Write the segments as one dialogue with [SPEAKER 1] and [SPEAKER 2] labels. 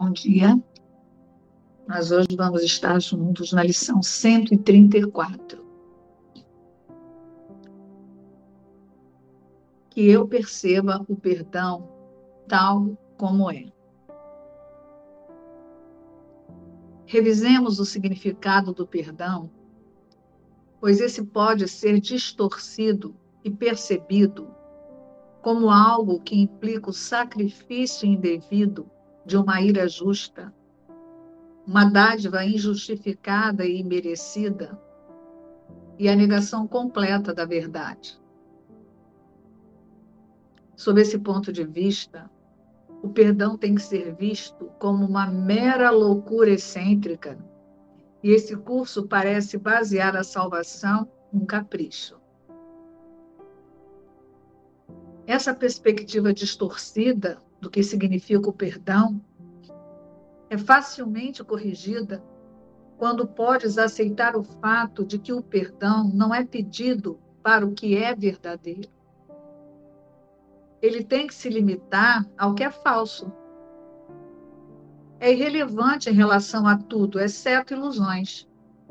[SPEAKER 1] Bom dia. Nós hoje vamos estar juntos na lição 134. Que eu perceba o perdão tal como é. Revisemos o significado do perdão, pois esse pode ser distorcido e percebido como algo que implica o sacrifício indevido de uma ira justa, uma dádiva injustificada e imerecida, e a negação completa da verdade. Sob esse ponto de vista, o perdão tem que ser visto como uma mera loucura excêntrica, e esse curso parece basear a salvação num capricho. Essa perspectiva distorcida do que significa o perdão é facilmente corrigida quando podes aceitar o fato de que o perdão não é pedido para o que é verdadeiro. Ele tem que se limitar ao que é falso. É irrelevante em relação a tudo, exceto ilusões.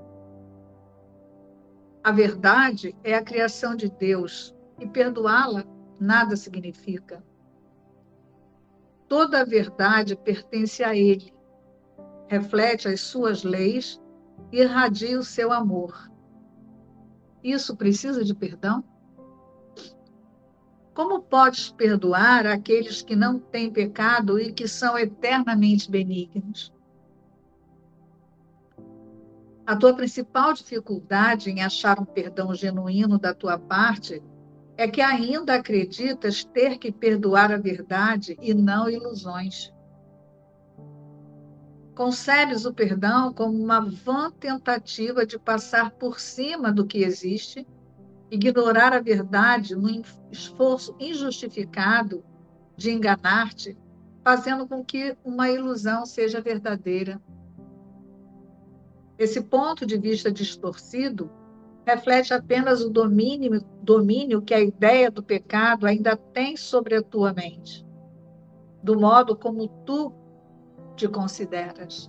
[SPEAKER 1] A verdade é a criação de Deus, e perdoá-la nada significa. Toda a verdade pertence a Ele, reflete as suas leis e irradia o seu amor. Isso precisa de perdão? Como podes perdoar aqueles que não têm pecado e que são eternamente benignos? A tua principal dificuldade em achar um perdão genuíno da tua parte é que ainda acreditas ter que perdoar a verdade e não ilusões. Concebes o perdão como uma vã tentativa de passar por cima do que existe, ignorar a verdade no esforço injustificado de enganar-te, fazendo com que uma ilusão seja verdadeira. Esse ponto de vista distorcido reflete apenas o domínio que a ideia do pecado ainda tem sobre a tua mente, do modo como tu te consideras.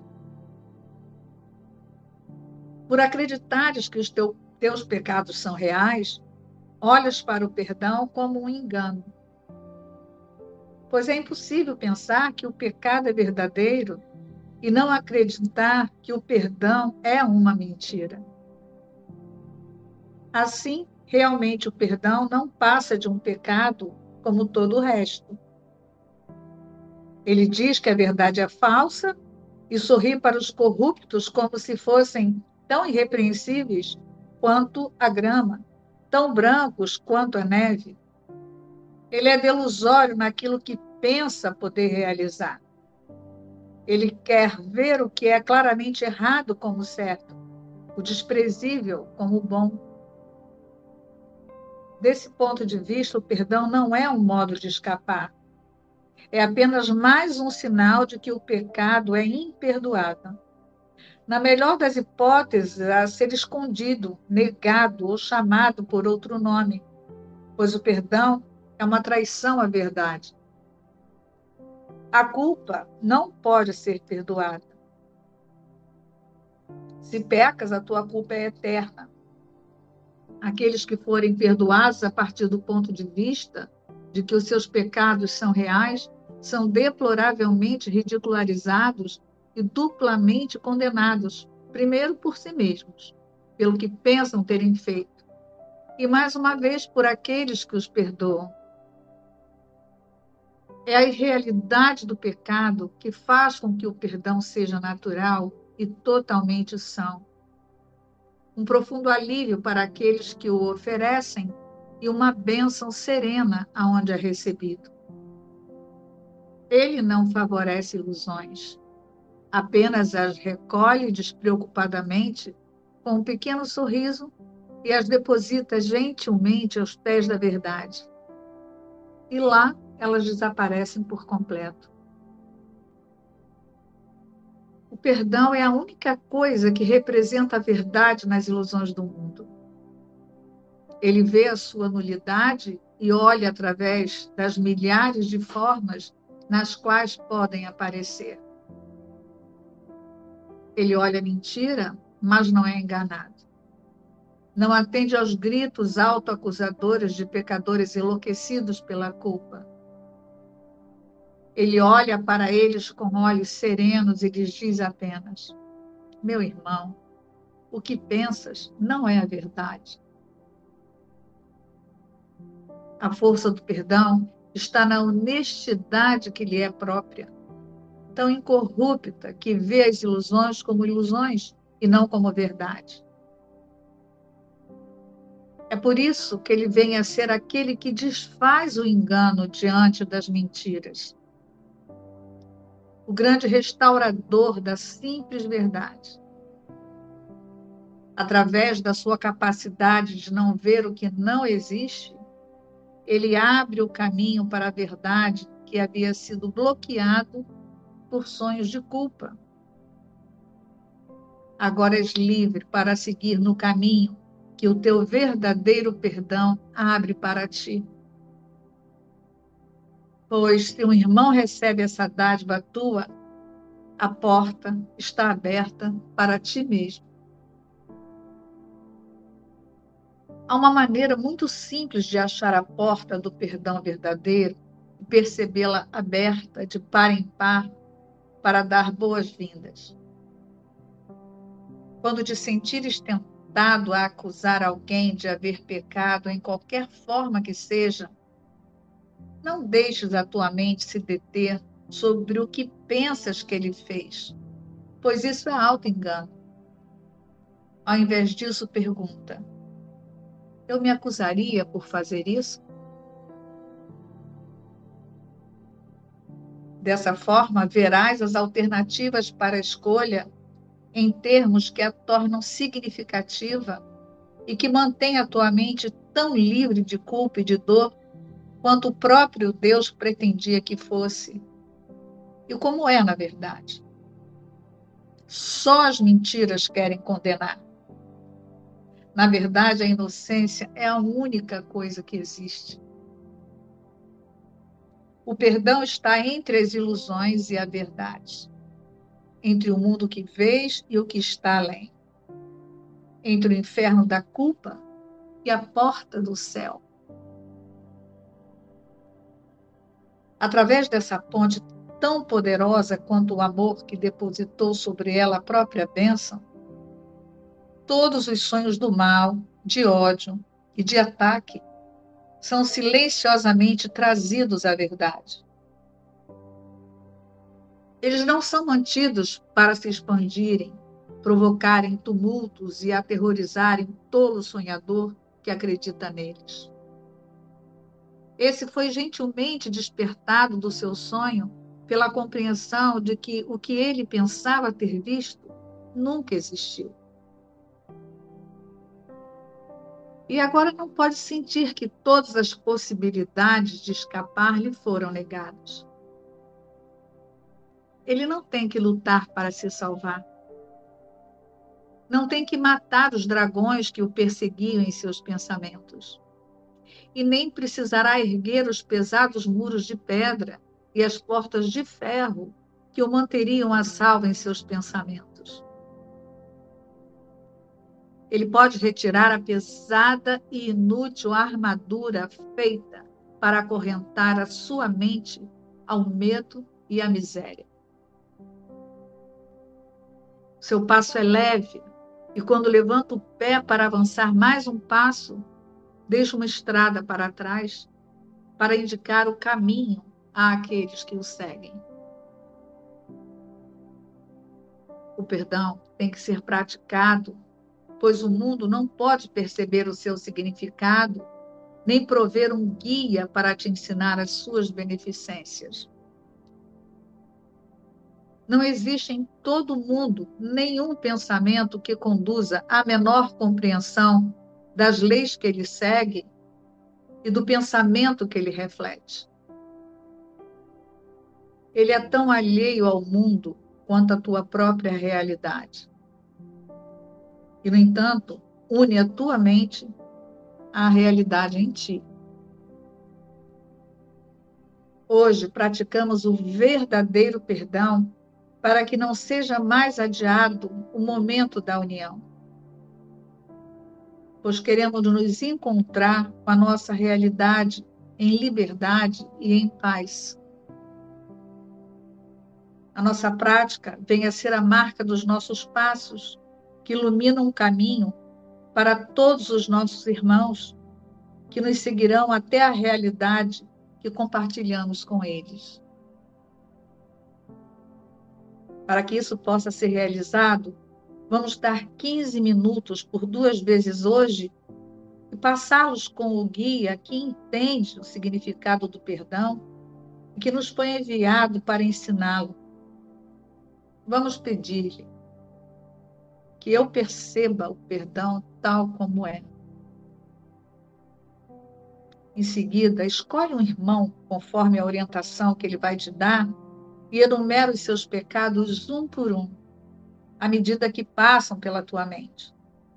[SPEAKER 1] Por acreditares que os teus pecados são reais, olhas para o perdão como um engano. Pois é impossível pensar que o pecado é verdadeiro e não acreditar que o perdão é uma mentira. Assim, realmente o perdão não passa de um pecado como todo o resto. Ele diz que a verdade é falsa e sorri para os corruptos como se fossem tão irrepreensíveis quanto a grama, tão brancos quanto a neve. Ele é delusório naquilo que pensa poder realizar. Ele quer ver o que é claramente errado como certo, o desprezível como bom. Desse ponto de vista, o perdão não é um modo de escapar. É apenas mais um sinal de que o pecado é imperdoável. Na melhor das hipóteses, a ser escondido, negado ou chamado por outro nome, pois o perdão é uma traição à verdade. A culpa não pode ser perdoada. Se pecas, a tua culpa é eterna. Aqueles que forem perdoados a partir do ponto de vista de que os seus pecados são reais, são deploravelmente ridicularizados e duplamente condenados, primeiro por si mesmos, pelo que pensam terem feito, e mais uma vez por aqueles que os perdoam. É a irrealidade do pecado que faz com que o perdão seja natural e totalmente são. Um profundo alívio para aqueles que o oferecem e uma bênção serena aonde é recebido. Ele não favorece ilusões, apenas as recolhe despreocupadamente com um pequeno sorriso e as deposita gentilmente aos pés da verdade. E lá elas desaparecem por completo. O perdão é a única coisa que representa a verdade nas ilusões do mundo. Ele vê a sua nulidade e olha através das milhares de formas nas quais podem aparecer. Ele olha a mentira, mas não é enganado. Não atende aos gritos autoacusadores de pecadores enlouquecidos pela culpa. Ele olha para eles com olhos serenos e lhes diz apenas: meu irmão, o que pensas não é a verdade. A força do perdão está na honestidade que lhe é própria, tão incorrupta que vê as ilusões como ilusões e não como verdade. É por isso que ele vem a ser aquele que desfaz o engano diante das mentiras. O grande restaurador da simples verdade. Através da sua capacidade de não ver o que não existe, ele abre o caminho para a verdade que havia sido bloqueado por sonhos de culpa. Agora és livre para seguir no caminho que o teu verdadeiro perdão abre para ti. Pois se um irmão recebe essa dádiva tua, a porta está aberta para ti mesmo. Há uma maneira muito simples de achar a porta do perdão verdadeiro e percebê-la aberta de par em par para dar boas-vindas. Quando te sentires tentado a acusar alguém de haver pecado em qualquer forma que seja, não deixes a tua mente se deter sobre o que pensas que ele fez, pois isso é auto-engano. Ao invés disso, pergunta: eu me acusaria por fazer isso? Dessa forma, verás as alternativas para a escolha em termos que a tornam significativa e que mantêm a tua mente tão livre de culpa e de dor quanto o próprio Deus pretendia que fosse. E como é, na verdade? Só as mentiras querem condenar. Na verdade, a inocência é a única coisa que existe. O perdão está entre as ilusões e a verdade, entre o mundo que vês e o que está além, entre o inferno da culpa e a porta do céu. Através dessa ponte tão poderosa quanto o amor que depositou sobre ela a própria bênção, todos os sonhos do mal, de ódio e de ataque são silenciosamente trazidos à verdade. Eles não são mantidos para se expandirem, provocarem tumultos e aterrorizarem o tolo sonhador que acredita neles. Esse foi gentilmente despertado do seu sonho pela compreensão de que o que ele pensava ter visto nunca existiu. E agora não pode sentir que todas as possibilidades de escapar lhe foram negadas. Ele não tem que lutar para se salvar. Não tem que matar os dragões que o perseguiam em seus pensamentos. E nem precisará erguer os pesados muros de pedra e as portas de ferro que o manteriam a salvo em seus pensamentos. Ele pode retirar a pesada e inútil armadura feita para acorrentar a sua mente ao medo e à miséria. Seu passo é leve, e quando levanta o pé para avançar mais um passo, deixa uma estrada para trás para indicar o caminho àqueles que o seguem. O perdão tem que ser praticado, pois o mundo não pode perceber o seu significado, nem prover um guia para te ensinar as suas beneficências. Não existe em todo o mundo nenhum pensamento que conduza à menor compreensão das leis que ele segue e do pensamento que ele reflete. Ele é tão alheio ao mundo quanto à tua própria realidade. E, no entanto, une a tua mente à realidade em ti. Hoje praticamos o verdadeiro perdão para que não seja mais adiado o momento da união, pois queremos nos encontrar com a nossa realidade em liberdade e em paz. A nossa prática venha a ser a marca dos nossos passos, que iluminam o caminho para todos os nossos irmãos que nos seguirão até a realidade que compartilhamos com eles. Para que isso possa ser realizado, vamos dar 15 minutos por 2 vezes hoje e passá-los com o guia que entende o significado do perdão e que nos foi enviado para ensiná-lo. Vamos pedir-lhe que eu perceba o perdão tal como é. Em seguida, escolhe um irmão conforme a orientação que ele vai te dar e enumera os seus pecados um por um, à medida que passam pela tua mente.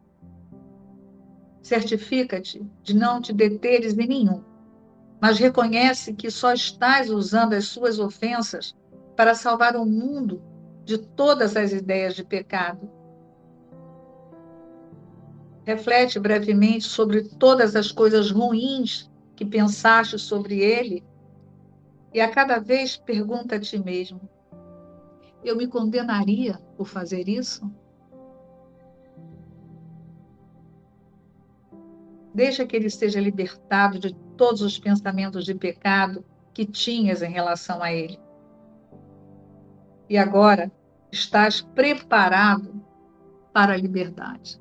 [SPEAKER 1] Certifica-te de não te deteres em nenhum, mas reconhece que só estás usando as suas ofensas para salvar o mundo de todas as ideias de pecado. Reflete brevemente sobre todas as coisas ruins que pensaste sobre ele e a cada vez pergunta a ti mesmo: eu me condenaria por fazer isso? Deixa que ele seja libertado de todos os pensamentos de pecado que tinhas em relação a ele. E agora estás preparado para a liberdade.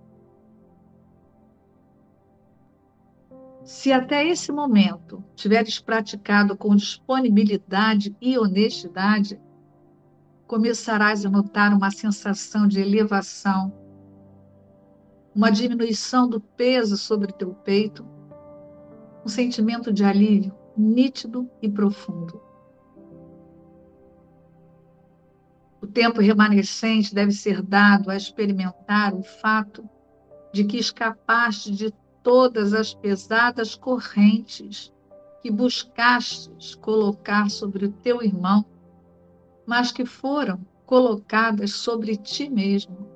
[SPEAKER 1] Se até esse momento tiveres praticado com disponibilidade e honestidade, começarás a notar uma sensação de elevação, uma diminuição do peso sobre teu peito, um sentimento de alívio nítido e profundo. O tempo remanescente deve ser dado a experimentar o fato de que escapaste de todas as pesadas correntes que buscastes colocar sobre o teu irmão, mas que foram colocadas sobre ti mesmo.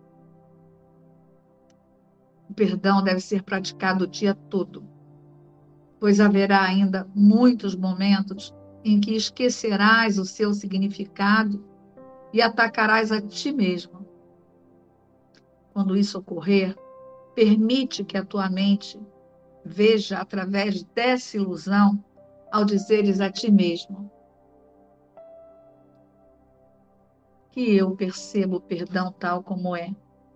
[SPEAKER 1] O perdão deve ser praticado o dia todo, pois haverá ainda muitos momentos em que esquecerás o seu significado e atacarás a ti mesmo. Quando isso ocorrer, permite que a tua mente veja através dessa ilusão ao dizeres a ti mesmo que eu percebo o perdão tal como é.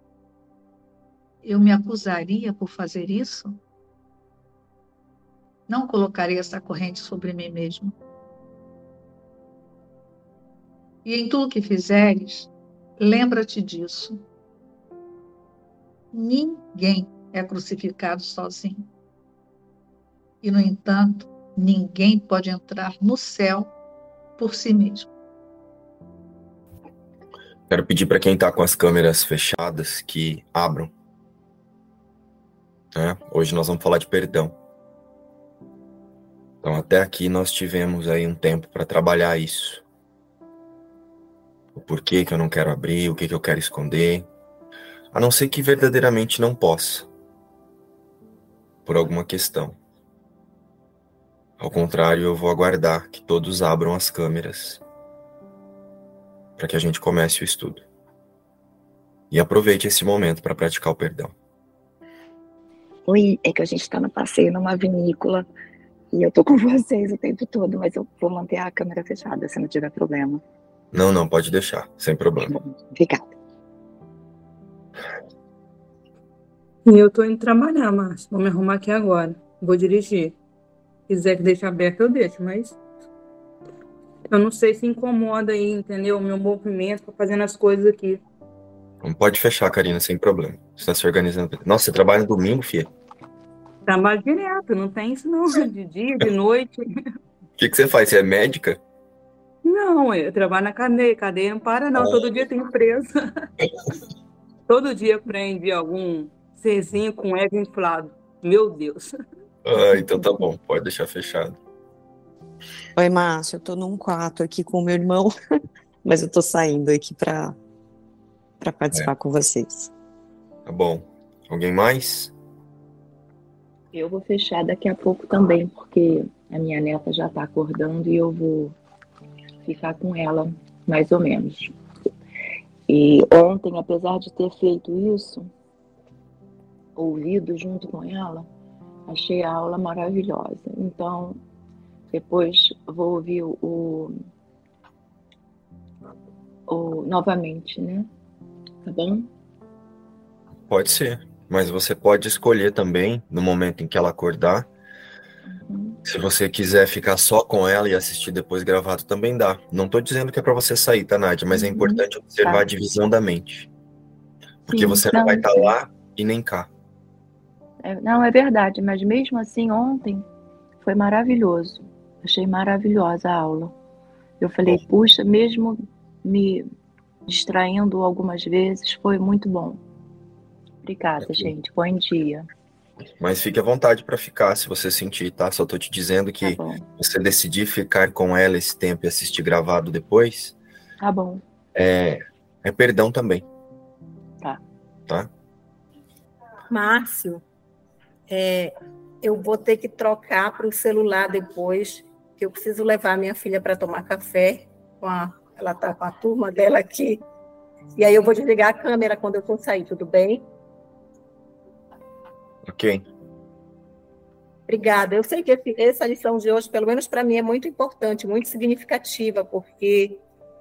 [SPEAKER 1] Eu me acusaria por fazer isso? Não colocarei essa corrente sobre mim mesmo. E em tudo que fizeres, lembra-te disso. Ninguém é crucificado sozinho. E, no entanto, ninguém pode entrar no céu por si mesmo.
[SPEAKER 2] Quero pedir para quem está com as câmeras fechadas que abram. Hoje nós vamos falar de perdão. Então, até aqui nós tivemos aí um tempo para trabalhar isso. O porquê que eu não quero abrir, o que eu quero esconder. A não ser que verdadeiramente não possa. Por alguma questão. Ao contrário, eu vou aguardar que todos abram as câmeras para que a gente comece o estudo. E aproveite esse momento para praticar o perdão.
[SPEAKER 3] Oi, é que a gente está no passeio numa vinícola e eu tô com vocês o tempo todo, mas eu vou manter a câmera fechada, se não tiver problema.
[SPEAKER 2] Não, pode deixar, sem problema.
[SPEAKER 3] Obrigada.
[SPEAKER 4] E eu tô indo trabalhar, Márcio. Vou me arrumar aqui agora. Vou dirigir. Se quiser que deixe aberto, eu deixo, mas eu não sei se incomoda aí, entendeu? O meu movimento, tô fazendo as coisas aqui.
[SPEAKER 2] Não pode fechar, Karina, sem problema. Você está se organizando. Nossa, você trabalha no domingo, filha?
[SPEAKER 4] Trabalho direto, não tem isso não, de dia, de noite.
[SPEAKER 2] O que você faz? Você é médica?
[SPEAKER 4] Não, eu trabalho na cadeia. Cadeia não para não, todo dia tem presa. Todo dia prende algum serzinho com ego inflado. Meu Deus.
[SPEAKER 2] Então tá bom, pode deixar fechado.
[SPEAKER 5] Oi, Márcio, eu tô num quarto aqui com o meu irmão
[SPEAKER 3] Mas eu tô saindo aqui para participar com vocês.
[SPEAKER 2] Tá bom. Alguém mais?
[SPEAKER 3] Eu vou fechar daqui a pouco também, porque a minha neta já tá acordando e eu vou ficar com ela, mais ou menos. E ontem, apesar de ter feito isso, ouvido junto com ela, achei a aula maravilhosa. Então, depois vou ouvir novamente, né? Tá bom?
[SPEAKER 2] Pode ser. Mas você pode escolher também, no momento em que ela acordar. Se você quiser ficar só com ela e assistir depois gravado, também dá. Não tô dizendo que é para você sair, tá, Nádia? Mas é importante observar a divisão da mente. Porque
[SPEAKER 3] Sim,
[SPEAKER 2] você não vai estar lá e nem cá.
[SPEAKER 3] Não, é verdade. Mas mesmo assim, ontem foi maravilhoso. Achei maravilhosa a aula. Eu falei, puxa, mesmo me distraindo algumas vezes, foi muito bom. Obrigada, gente. Bom dia.
[SPEAKER 2] Mas fique à vontade para ficar, se você sentir, tá? Só tô te dizendo que você decidir ficar com ela esse tempo e assistir gravado depois.
[SPEAKER 3] Tá bom.
[SPEAKER 2] É perdão também.
[SPEAKER 3] Tá.
[SPEAKER 5] Márcio, eu vou ter que trocar para o celular depois, que eu preciso levar minha filha para tomar café. Ela está com a turma dela aqui. E aí eu vou desligar a câmera quando eu for sair, tudo bem?
[SPEAKER 2] Ok.
[SPEAKER 5] Obrigada. Eu sei que essa lição de hoje, pelo menos para mim, é muito importante, muito significativa, porque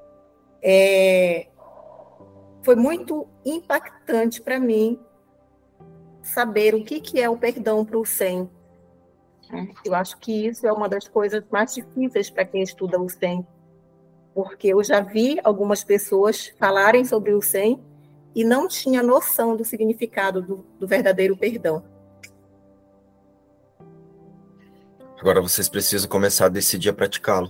[SPEAKER 5] foi muito impactante para mim saber o que é o perdão para o SEM. Eu acho que isso é uma das coisas mais difíceis para quem estuda o SEM, porque eu já vi algumas pessoas falarem sobre o SEM e não tinha noção do significado do verdadeiro perdão.
[SPEAKER 2] Agora vocês precisam começar a decidir a praticá-lo.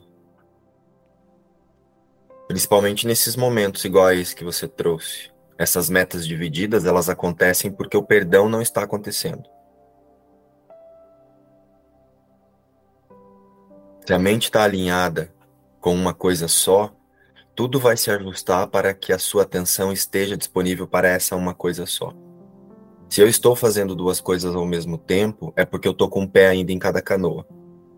[SPEAKER 2] Principalmente nesses momentos iguais que você trouxe. Essas metas divididas, elas acontecem porque o perdão não está acontecendo. Se a mente está alinhada com uma coisa só, tudo vai se ajustar para que a sua atenção esteja disponível para essa uma coisa só. Se eu estou fazendo duas coisas ao mesmo tempo, é porque eu estou com um pé ainda em cada canoa.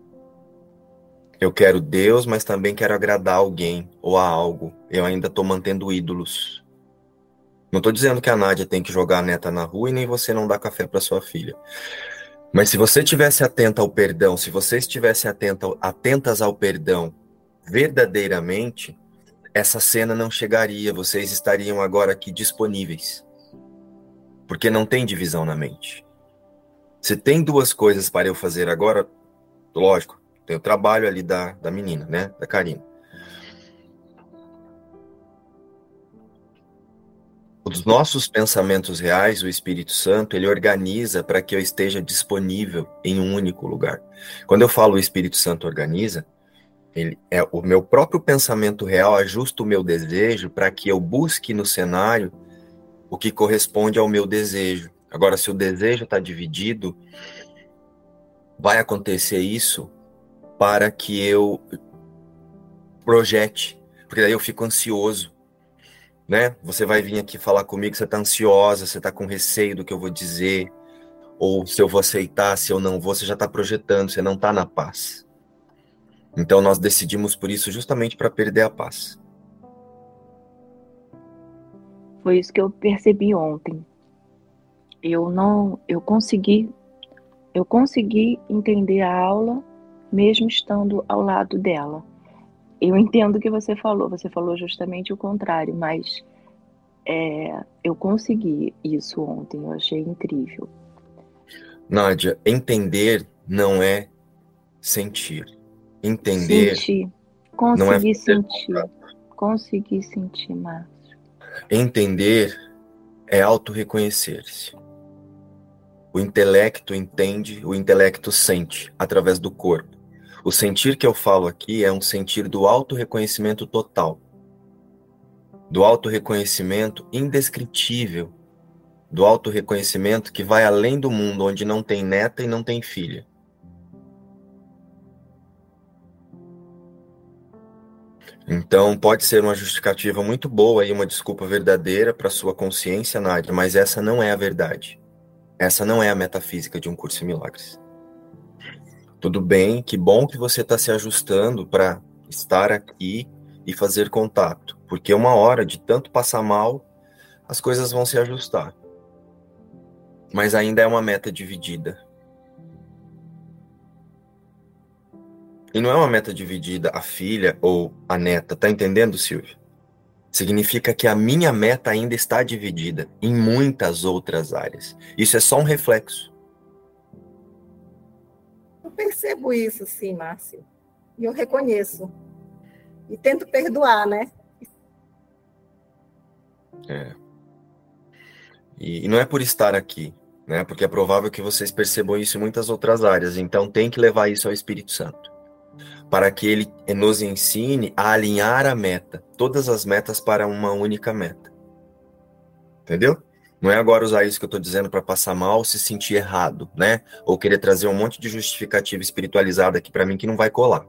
[SPEAKER 2] Eu quero Deus, mas também quero agradar alguém ou a algo. Eu ainda estou mantendo ídolos. Não estou dizendo que a Nádia tem que jogar a neta na rua e nem você não dá café para sua filha. Mas se você estivesse atenta ao perdão, se vocês estivessem atentas ao perdão verdadeiramente, essa cena não chegaria. Vocês estariam agora aqui disponíveis. Porque não tem divisão na mente. Se tem duas coisas para eu fazer agora, lógico, tem o trabalho ali da menina, né? Da Karina. Os nossos pensamentos reais, o Espírito Santo, ele organiza para que eu esteja disponível em um único lugar. Quando eu falo o Espírito Santo organiza, ele é o meu próprio pensamento real, ajusta o meu desejo para que eu busque no cenário o que corresponde ao meu desejo. Agora, se o desejo está dividido, vai acontecer isso para que eu projete, porque daí eu fico ansioso, né? Você vai vir aqui falar comigo, você está ansiosa, você está com receio do que eu vou dizer, ou se eu vou aceitar, se eu não vou, você já está projetando, você não está na paz. Então nós decidimos por isso justamente para perder a paz.
[SPEAKER 3] Foi isso que eu percebi ontem. Eu consegui entender a aula mesmo estando ao lado dela. Eu entendo o que você falou justamente o contrário, mas eu consegui isso ontem, eu achei incrível.
[SPEAKER 2] Nádia, entender não é sentir. Entender
[SPEAKER 3] sentir. Consegui sentir, Márcio.
[SPEAKER 2] Entender é auto-reconhecer-se. O intelecto entende, o intelecto sente através do corpo. O sentir que eu falo aqui é um sentir do auto-reconhecimento total. Do auto-reconhecimento indescritível. Do auto-reconhecimento que vai além do mundo onde não tem neta e não tem filha. Então, pode ser uma justificativa muito boa e uma desculpa verdadeira para sua consciência, Nádia, mas essa não é a verdade. Essa não é a metafísica de Um Curso em Milagres. Tudo bem, que bom que você está se ajustando para estar aqui e fazer contato, porque uma hora de tanto passar mal, as coisas vão se ajustar. Mas ainda é uma meta dividida. E não é uma meta dividida a filha ou a neta, tá entendendo, Silvia? Significa que a minha meta ainda está dividida em muitas outras áreas. Isso é só um reflexo.
[SPEAKER 5] Eu percebo isso, sim, Márcio. E eu reconheço. E tento perdoar, né?
[SPEAKER 2] E não é por estar aqui, né? Porque é provável que vocês percebam isso em muitas outras áreas. Então tem que levar isso ao Espírito Santo, para que ele nos ensine a alinhar a meta, todas as metas para uma única meta. Entendeu? Não é agora usar isso que eu estou dizendo para passar mal, se sentir errado, né? Ou querer trazer um monte de justificativa espiritualizada aqui para mim que não vai colar.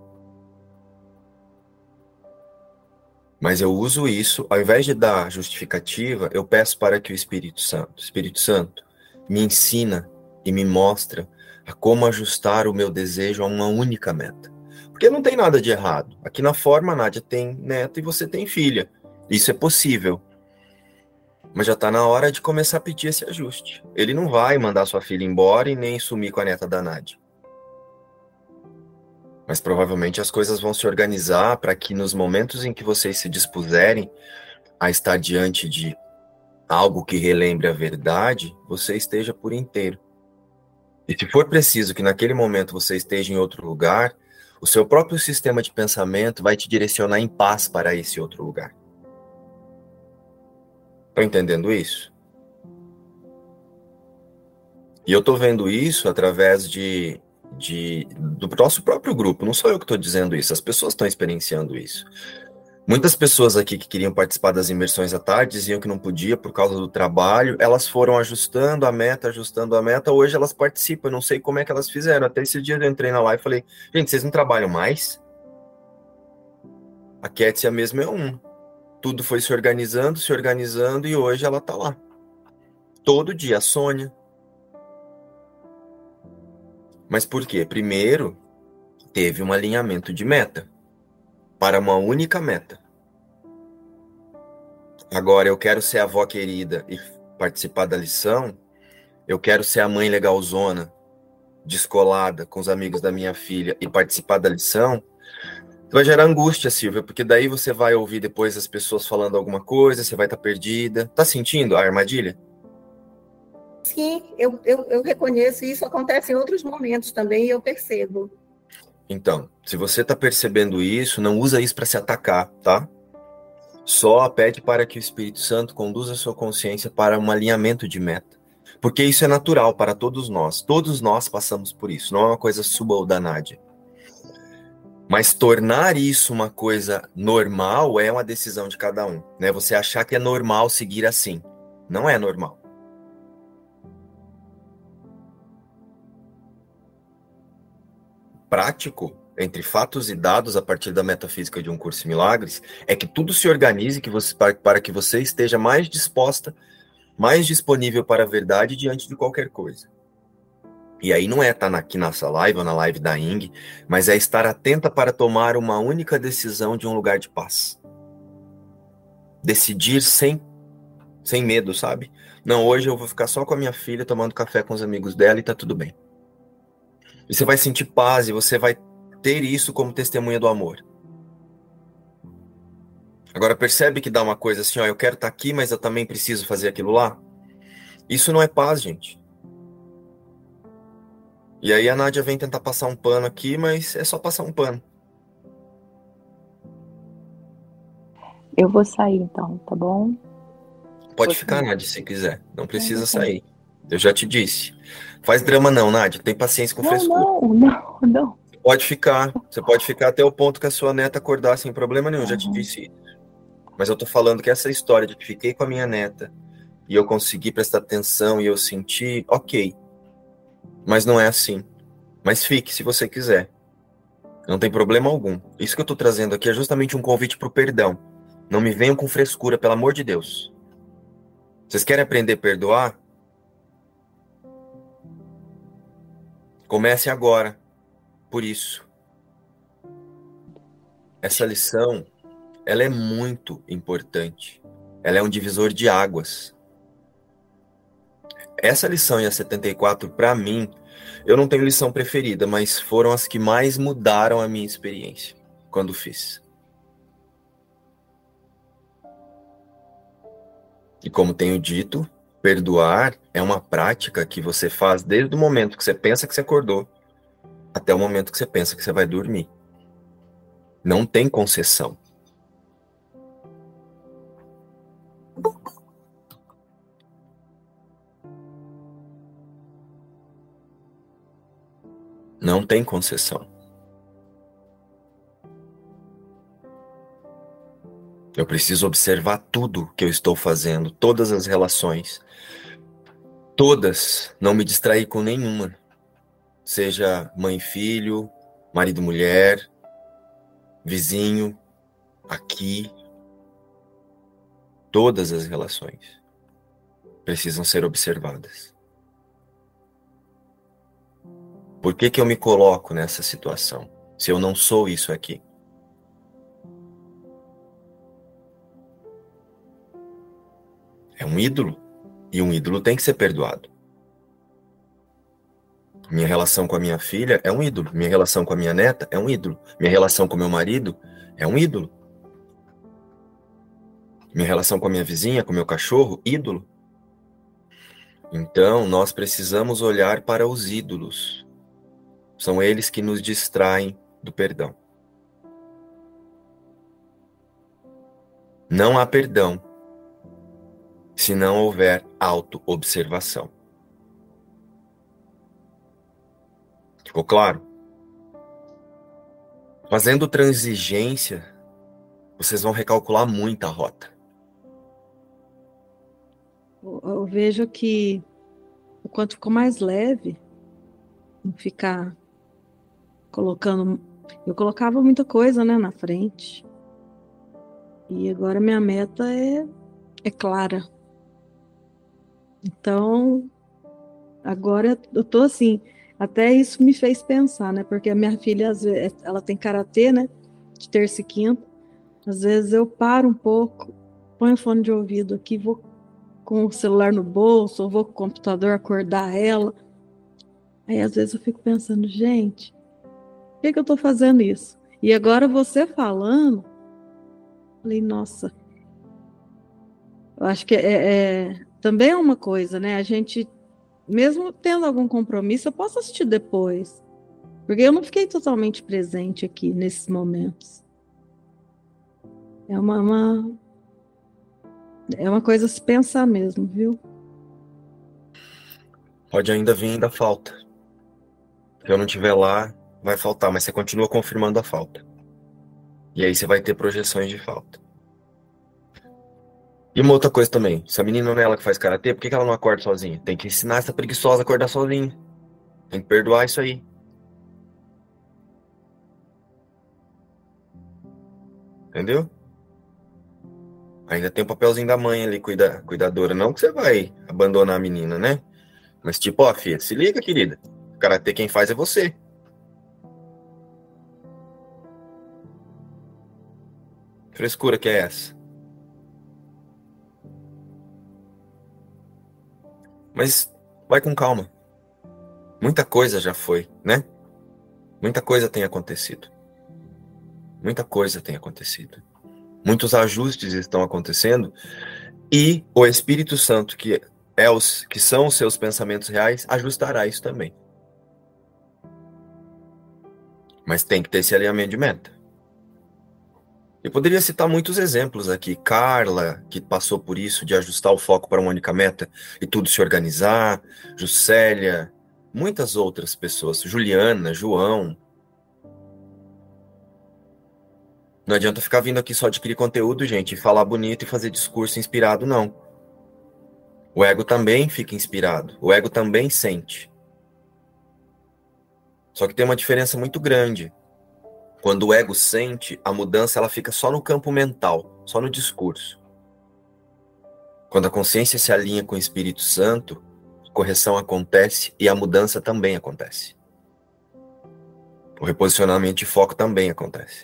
[SPEAKER 2] Mas eu uso isso, ao invés de dar justificativa, eu peço para que o Espírito Santo, me ensina e me mostra a como ajustar o meu desejo a uma única meta. Porque não tem nada de errado. Aqui na forma, a Nádia tem neta e você tem filha. Isso é possível. Mas já está na hora de começar a pedir esse ajuste. Ele não vai mandar sua filha embora e nem sumir com a neta da Nádia. Mas provavelmente as coisas vão se organizar para que nos momentos em que vocês se dispuserem a estar diante de algo que relembre a verdade, você esteja por inteiro. E se for preciso que naquele momento você esteja em outro lugar, o seu próprio sistema de pensamento vai te direcionar em paz para esse outro lugar. Estão entendendo isso? E eu estou vendo isso através do nosso próprio grupo. Não sou eu que estou dizendo isso, as pessoas estão experienciando isso. Muitas pessoas aqui que queriam participar das imersões à tarde diziam que não podia por causa do trabalho. Elas foram ajustando a meta. Hoje elas participam. Eu não sei como é que elas fizeram. Até esse dia eu entrei na live e falei, gente, vocês não trabalham mais? A Kétia mesmo é um. Tudo foi se organizando e hoje ela tá lá. Todo dia, a Sônia. Mas por quê? Primeiro, teve um alinhamento de meta para uma única meta. Agora, eu quero ser a avó querida e participar da lição. Eu quero ser a mãe legalzona, descolada, com os amigos da minha filha e participar da lição. Vai gerar angústia, Silvia, porque daí você vai ouvir depois as pessoas falando alguma coisa, você vai estar perdida. Tá sentindo a armadilha?
[SPEAKER 5] Sim, eu reconheço, e isso acontece em outros momentos também, e eu percebo.
[SPEAKER 2] Então, se você está percebendo isso, não usa isso para se atacar, tá? Só pede para que o Espírito Santo conduza a sua consciência para um alinhamento de meta. Porque isso é natural para todos nós. Todos nós passamos por isso. Não é uma coisa sua ou da Nádia. Mas tornar isso uma coisa normal é uma decisão de cada um, né? Você achar que é normal seguir assim. Não é normal. Prático, entre fatos e dados a partir da metafísica de Um Curso em Milagres, é que tudo se organize para que você esteja mais disposta, mais disponível para a verdade diante de qualquer coisa. E aí não é estar aqui nessa live ou na live da Ing, mas é estar atenta para tomar uma única decisão de um lugar de paz. Decidir sem medo, sabe? Não, hoje eu vou ficar só com a minha filha, tomando café com os amigos dela e tá tudo bem. E você vai sentir paz e você vai ter isso como testemunha do amor. Agora percebe que dá uma coisa assim, ó, eu quero estar aqui, mas eu também preciso fazer aquilo lá? Isso não é paz, gente. E aí a Nádia vem tentar passar um pano aqui, mas é só passar um pano.
[SPEAKER 3] Eu vou sair então, tá bom?
[SPEAKER 2] Pode ficar, Nádia, se quiser. Não precisa sair. Eu já te disse. Faz drama não, Nádia. Tem paciência com frescura.
[SPEAKER 3] Não.
[SPEAKER 2] Você pode ficar até o ponto que a sua neta acordar sem problema nenhum. Já te disse isso. Mas eu tô falando que essa história de que fiquei com a minha neta e eu consegui prestar atenção e eu senti, ok. Mas não é assim. Mas fique se você quiser. Não tem problema algum. Isso que eu tô trazendo aqui é justamente um convite pro perdão. Não me venham com frescura, pelo amor de Deus. Vocês querem aprender a perdoar? Comece agora. Por isso. Essa lição, ela é muito importante. Ela é um divisor de águas. Essa lição e a 74, para mim, eu não tenho lição preferida, mas foram as que mais mudaram a minha experiência quando fiz. E como tenho dito, perdoar é uma prática que você faz desde o momento que você pensa que você acordou até o momento que você pensa que você vai dormir. Não tem concessão. Não tem concessão. Eu preciso observar tudo que eu estou fazendo, todas as relações. Todas, não me distrair com nenhuma. Seja mãe e filho, marido e mulher, vizinho, aqui. Todas as relações precisam ser observadas. Por que que eu me coloco nessa situação, se eu não sou isso aqui? É um ídolo, e um ídolo tem que ser perdoado. Minha relação com a minha filha é um ídolo. Minha relação com a minha neta é um ídolo. Minha relação com meu marido é um ídolo. Minha relação com a minha vizinha, com o meu cachorro, ídolo. Então, nós precisamos olhar para os ídolos. São eles que nos distraem do perdão. Não há perdão se não houver auto-observação. Ficou claro? Fazendo transigência, vocês vão recalcular muito a rota.
[SPEAKER 6] Eu vejo que o quanto ficou mais leve, não ficar colocando. Eu colocava muita coisa, né, na frente. E agora minha meta é clara. Então, agora eu tô assim. Até isso me fez pensar, né? Porque a minha filha, às vezes, ela tem karatê, né? De terça e quinta. Às vezes eu paro um pouco, ponho o fone de ouvido aqui, vou com o celular no bolso, ou vou com o computador acordar ela. Aí às vezes eu fico pensando, gente, por que eu tô fazendo isso? E agora você falando, falei, nossa, eu acho que também é uma coisa, né? A gente, mesmo tendo algum compromisso, eu posso assistir depois. Porque eu não fiquei totalmente presente aqui nesses momentos. É uma coisa a se pensar mesmo, viu?
[SPEAKER 2] Pode ainda vir da falta. Se eu não estiver lá, vai faltar, mas você continua confirmando a falta. E aí você vai ter projeções de falta. E uma outra coisa também, se a menina não é ela que faz karatê, por que ela não acorda sozinha? Tem que ensinar essa preguiçosa a acordar sozinha. Tem que perdoar isso aí. Entendeu? Ainda tem o papelzinho da mãe ali, cuidadora. Não que você vai abandonar a menina, né? Mas tipo, ó, filha, se liga, querida. Karatê quem faz é você. Frescura que é essa? Mas vai com calma. Muita coisa já foi, né? Muita coisa tem acontecido. Muita coisa tem acontecido. Muitos ajustes estão acontecendo e o Espírito Santo, que são os seus pensamentos reais, ajustará isso também. Mas tem que ter esse alinhamento de meta. Eu poderia citar muitos exemplos aqui. Carla, que passou por isso, de ajustar o foco para uma única meta e tudo se organizar. Juscelia, muitas outras pessoas. Juliana, João. Não adianta ficar vindo aqui só adquirir conteúdo, gente, e falar bonito e fazer discurso inspirado, não. O ego também fica inspirado. O ego também sente. Só que tem uma diferença muito grande. Quando o ego sente, a mudança ela fica só no campo mental, só no discurso. Quando a consciência se alinha com o Espírito Santo, a correção acontece e a mudança também acontece. O reposicionamento de foco também acontece.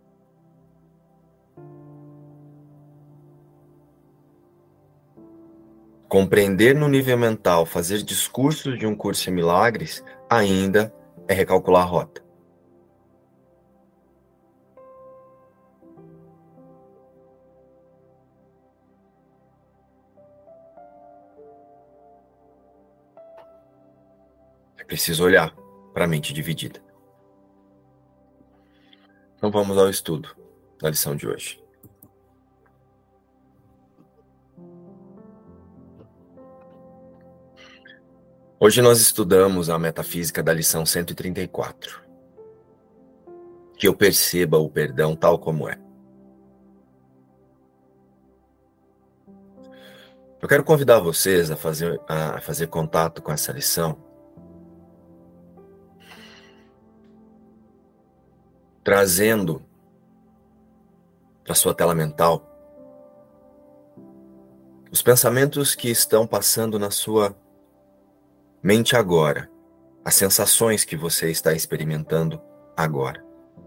[SPEAKER 2] Compreender no nível mental, fazer discursos de um curso em milagres, ainda é recalcular a rota. É preciso olhar para a mente dividida. Então vamos ao estudo da lição de hoje. Hoje nós estudamos a metafísica da lição 134. Que eu perceba o perdão tal como é. Eu quero convidar vocês a fazer contato com essa lição, trazendo para sua tela mental os pensamentos que estão passando na sua mente agora, as sensações que você está experimentando agora.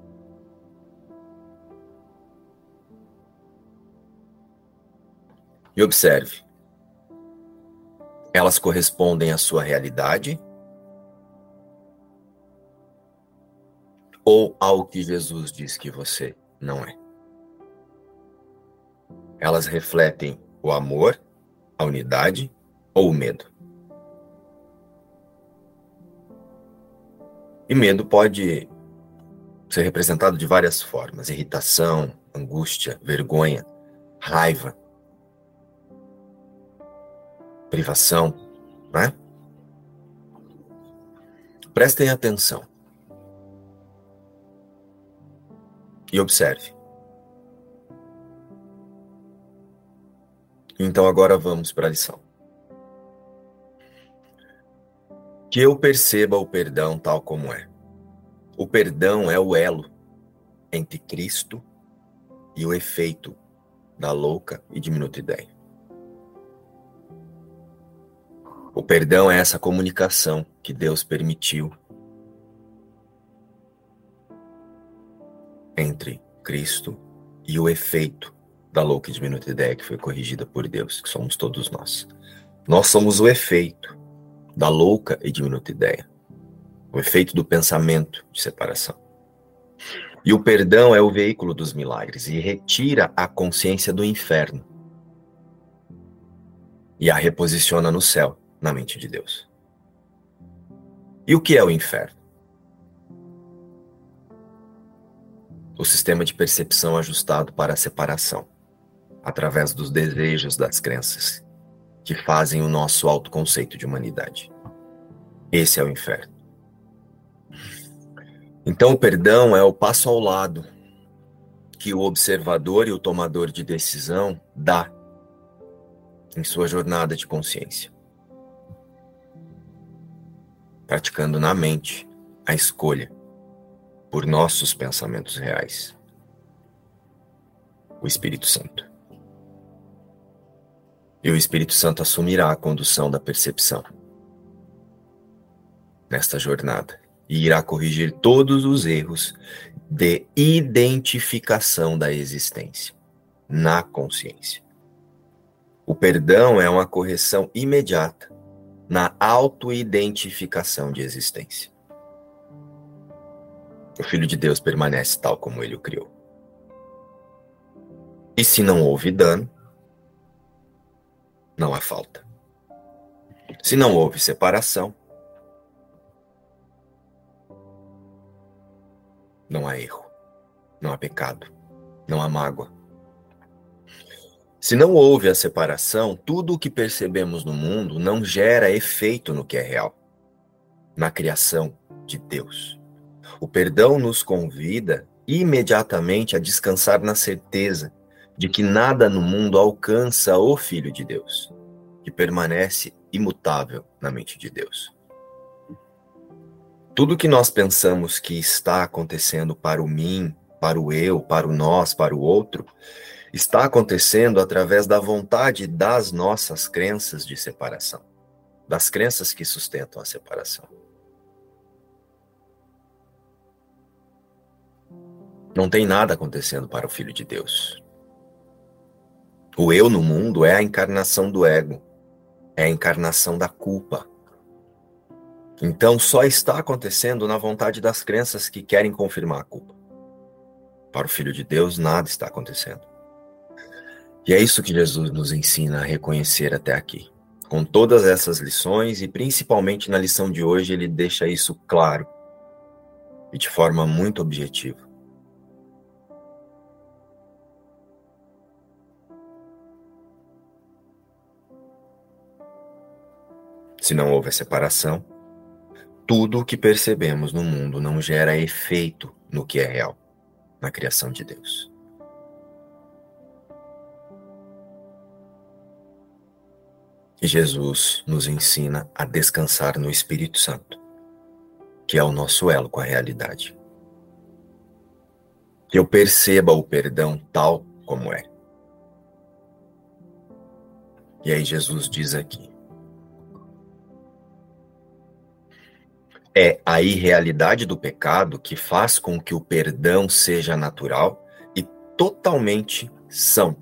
[SPEAKER 2] E observe, elas correspondem à sua realidade ou ao que Jesus diz que você não é? Elas refletem o amor, a unidade ou o medo? E medo pode ser representado de várias formas: irritação, angústia, vergonha, raiva, privação, né? Prestem atenção e observe. Então agora vamos para a lição. Que eu perceba o perdão tal como é. O perdão é o elo entre Cristo e o efeito da louca e diminuta ideia. O perdão é essa comunicação que Deus permitiu entre Cristo e o efeito da louca e diminuta ideia que foi corrigida por Deus, que somos todos nós. Nós somos o efeito da louca e diminuta ideia, o efeito do pensamento de separação. E o perdão é o veículo dos milagres e retira a consciência do inferno e a reposiciona no céu, na mente de Deus. E o que é o inferno? O sistema de percepção ajustado para a separação, através dos desejos das crenças, que fazem o nosso autoconceito de humanidade. Esse é o inferno. Então o perdão é o passo ao lado que o observador e o tomador de decisão dá em sua jornada de consciência, praticando na mente a escolha por nossos pensamentos reais. O Espírito Santo. E o Espírito Santo assumirá a condução da percepção nesta jornada e irá corrigir todos os erros de identificação da existência na consciência. O perdão é uma correção imediata na auto-identificação de existência. O Filho de Deus permanece tal como ele o criou. E se não houve dano, não há falta. Se não houve separação, não há erro, não há pecado, não há mágoa. Se não houve a separação, tudo o que percebemos no mundo não gera efeito no que é real, na criação de Deus. O perdão nos convida imediatamente a descansar na certeza de que nada no mundo alcança o Filho de Deus, que permanece imutável na mente de Deus. Tudo que nós pensamos que está acontecendo para o mim, para o eu, para o nós, para o outro, está acontecendo através da vontade das nossas crenças de separação, das crenças que sustentam a separação. Não tem nada acontecendo para o Filho de Deus. O eu no mundo é a encarnação do ego, é a encarnação da culpa. Então só está acontecendo na vontade das crenças que querem confirmar a culpa. Para o Filho de Deus, nada está acontecendo. E é isso que Jesus nos ensina a reconhecer até aqui. Com todas essas lições, e principalmente na lição de hoje, ele deixa isso claro e de forma muito objetiva. Se não houver separação, tudo o que percebemos no mundo não gera efeito no que é real, na criação de Deus. E Jesus nos ensina a descansar no Espírito Santo, que é o nosso elo com a realidade. Que eu perceba o perdão tal como é. E aí Jesus diz aqui: é a irrealidade do pecado que faz com que o perdão seja natural e totalmente são.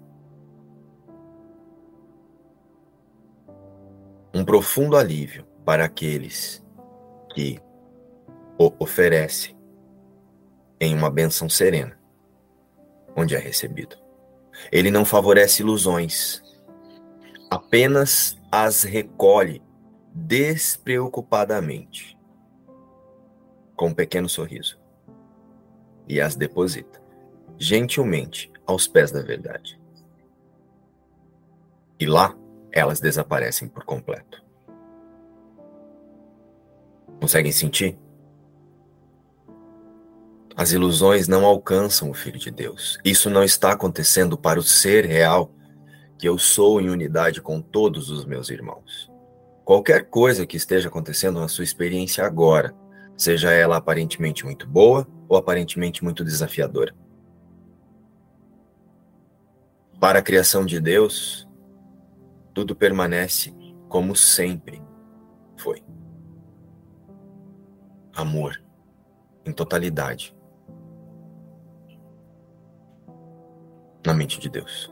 [SPEAKER 2] Um profundo alívio para aqueles que o oferecem em uma bênção serena, onde é recebido. Ele não favorece ilusões, apenas as recolhe despreocupadamente, com um pequeno sorriso, e as deposita gentilmente aos pés da verdade. E lá, elas desaparecem por completo. Conseguem sentir? As ilusões não alcançam o Filho de Deus. Isso não está acontecendo para o ser real, que eu sou em unidade com todos os meus irmãos. Qualquer coisa que esteja acontecendo na sua experiência agora, seja ela aparentemente muito boa ou aparentemente muito desafiadora. Para a criação de Deus, tudo permanece como sempre foi. Amor, em totalidade, na mente de Deus.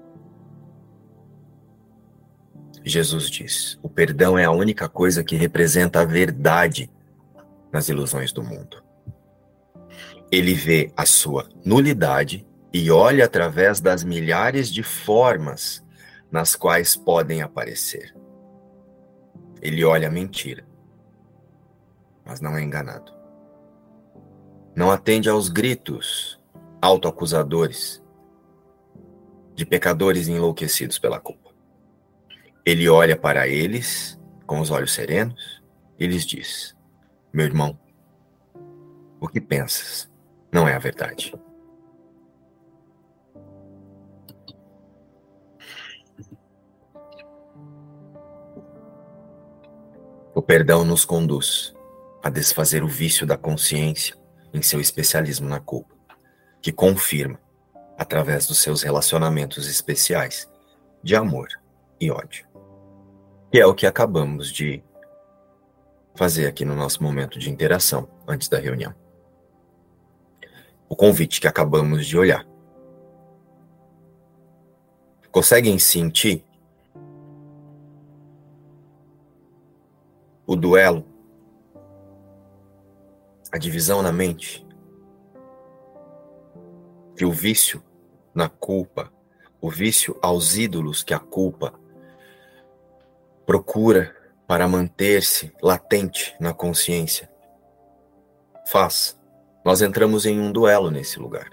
[SPEAKER 2] Jesus diz: o perdão é a única coisa que representa a verdade nas ilusões do mundo. Ele vê a sua nulidade e olha através das milhares de formas nas quais podem aparecer. Ele olha a mentira, mas não é enganado. Não atende aos gritos autoacusadores de pecadores enlouquecidos pela culpa. Ele olha para eles com os olhos serenos e lhes diz: meu irmão, o que pensas não é a verdade. O perdão nos conduz a desfazer o vício da consciência em seu especialismo na culpa, que confirma, através dos seus relacionamentos especiais de amor e ódio. Que é o que acabamos de fazer aqui no nosso momento de interação antes da reunião. O convite que acabamos de olhar. Conseguem sentir o duelo, a divisão na mente, que o vício na culpa, o vício aos ídolos que a culpa procura para manter-se latente na consciência faz? Nós entramos em um duelo nesse lugar.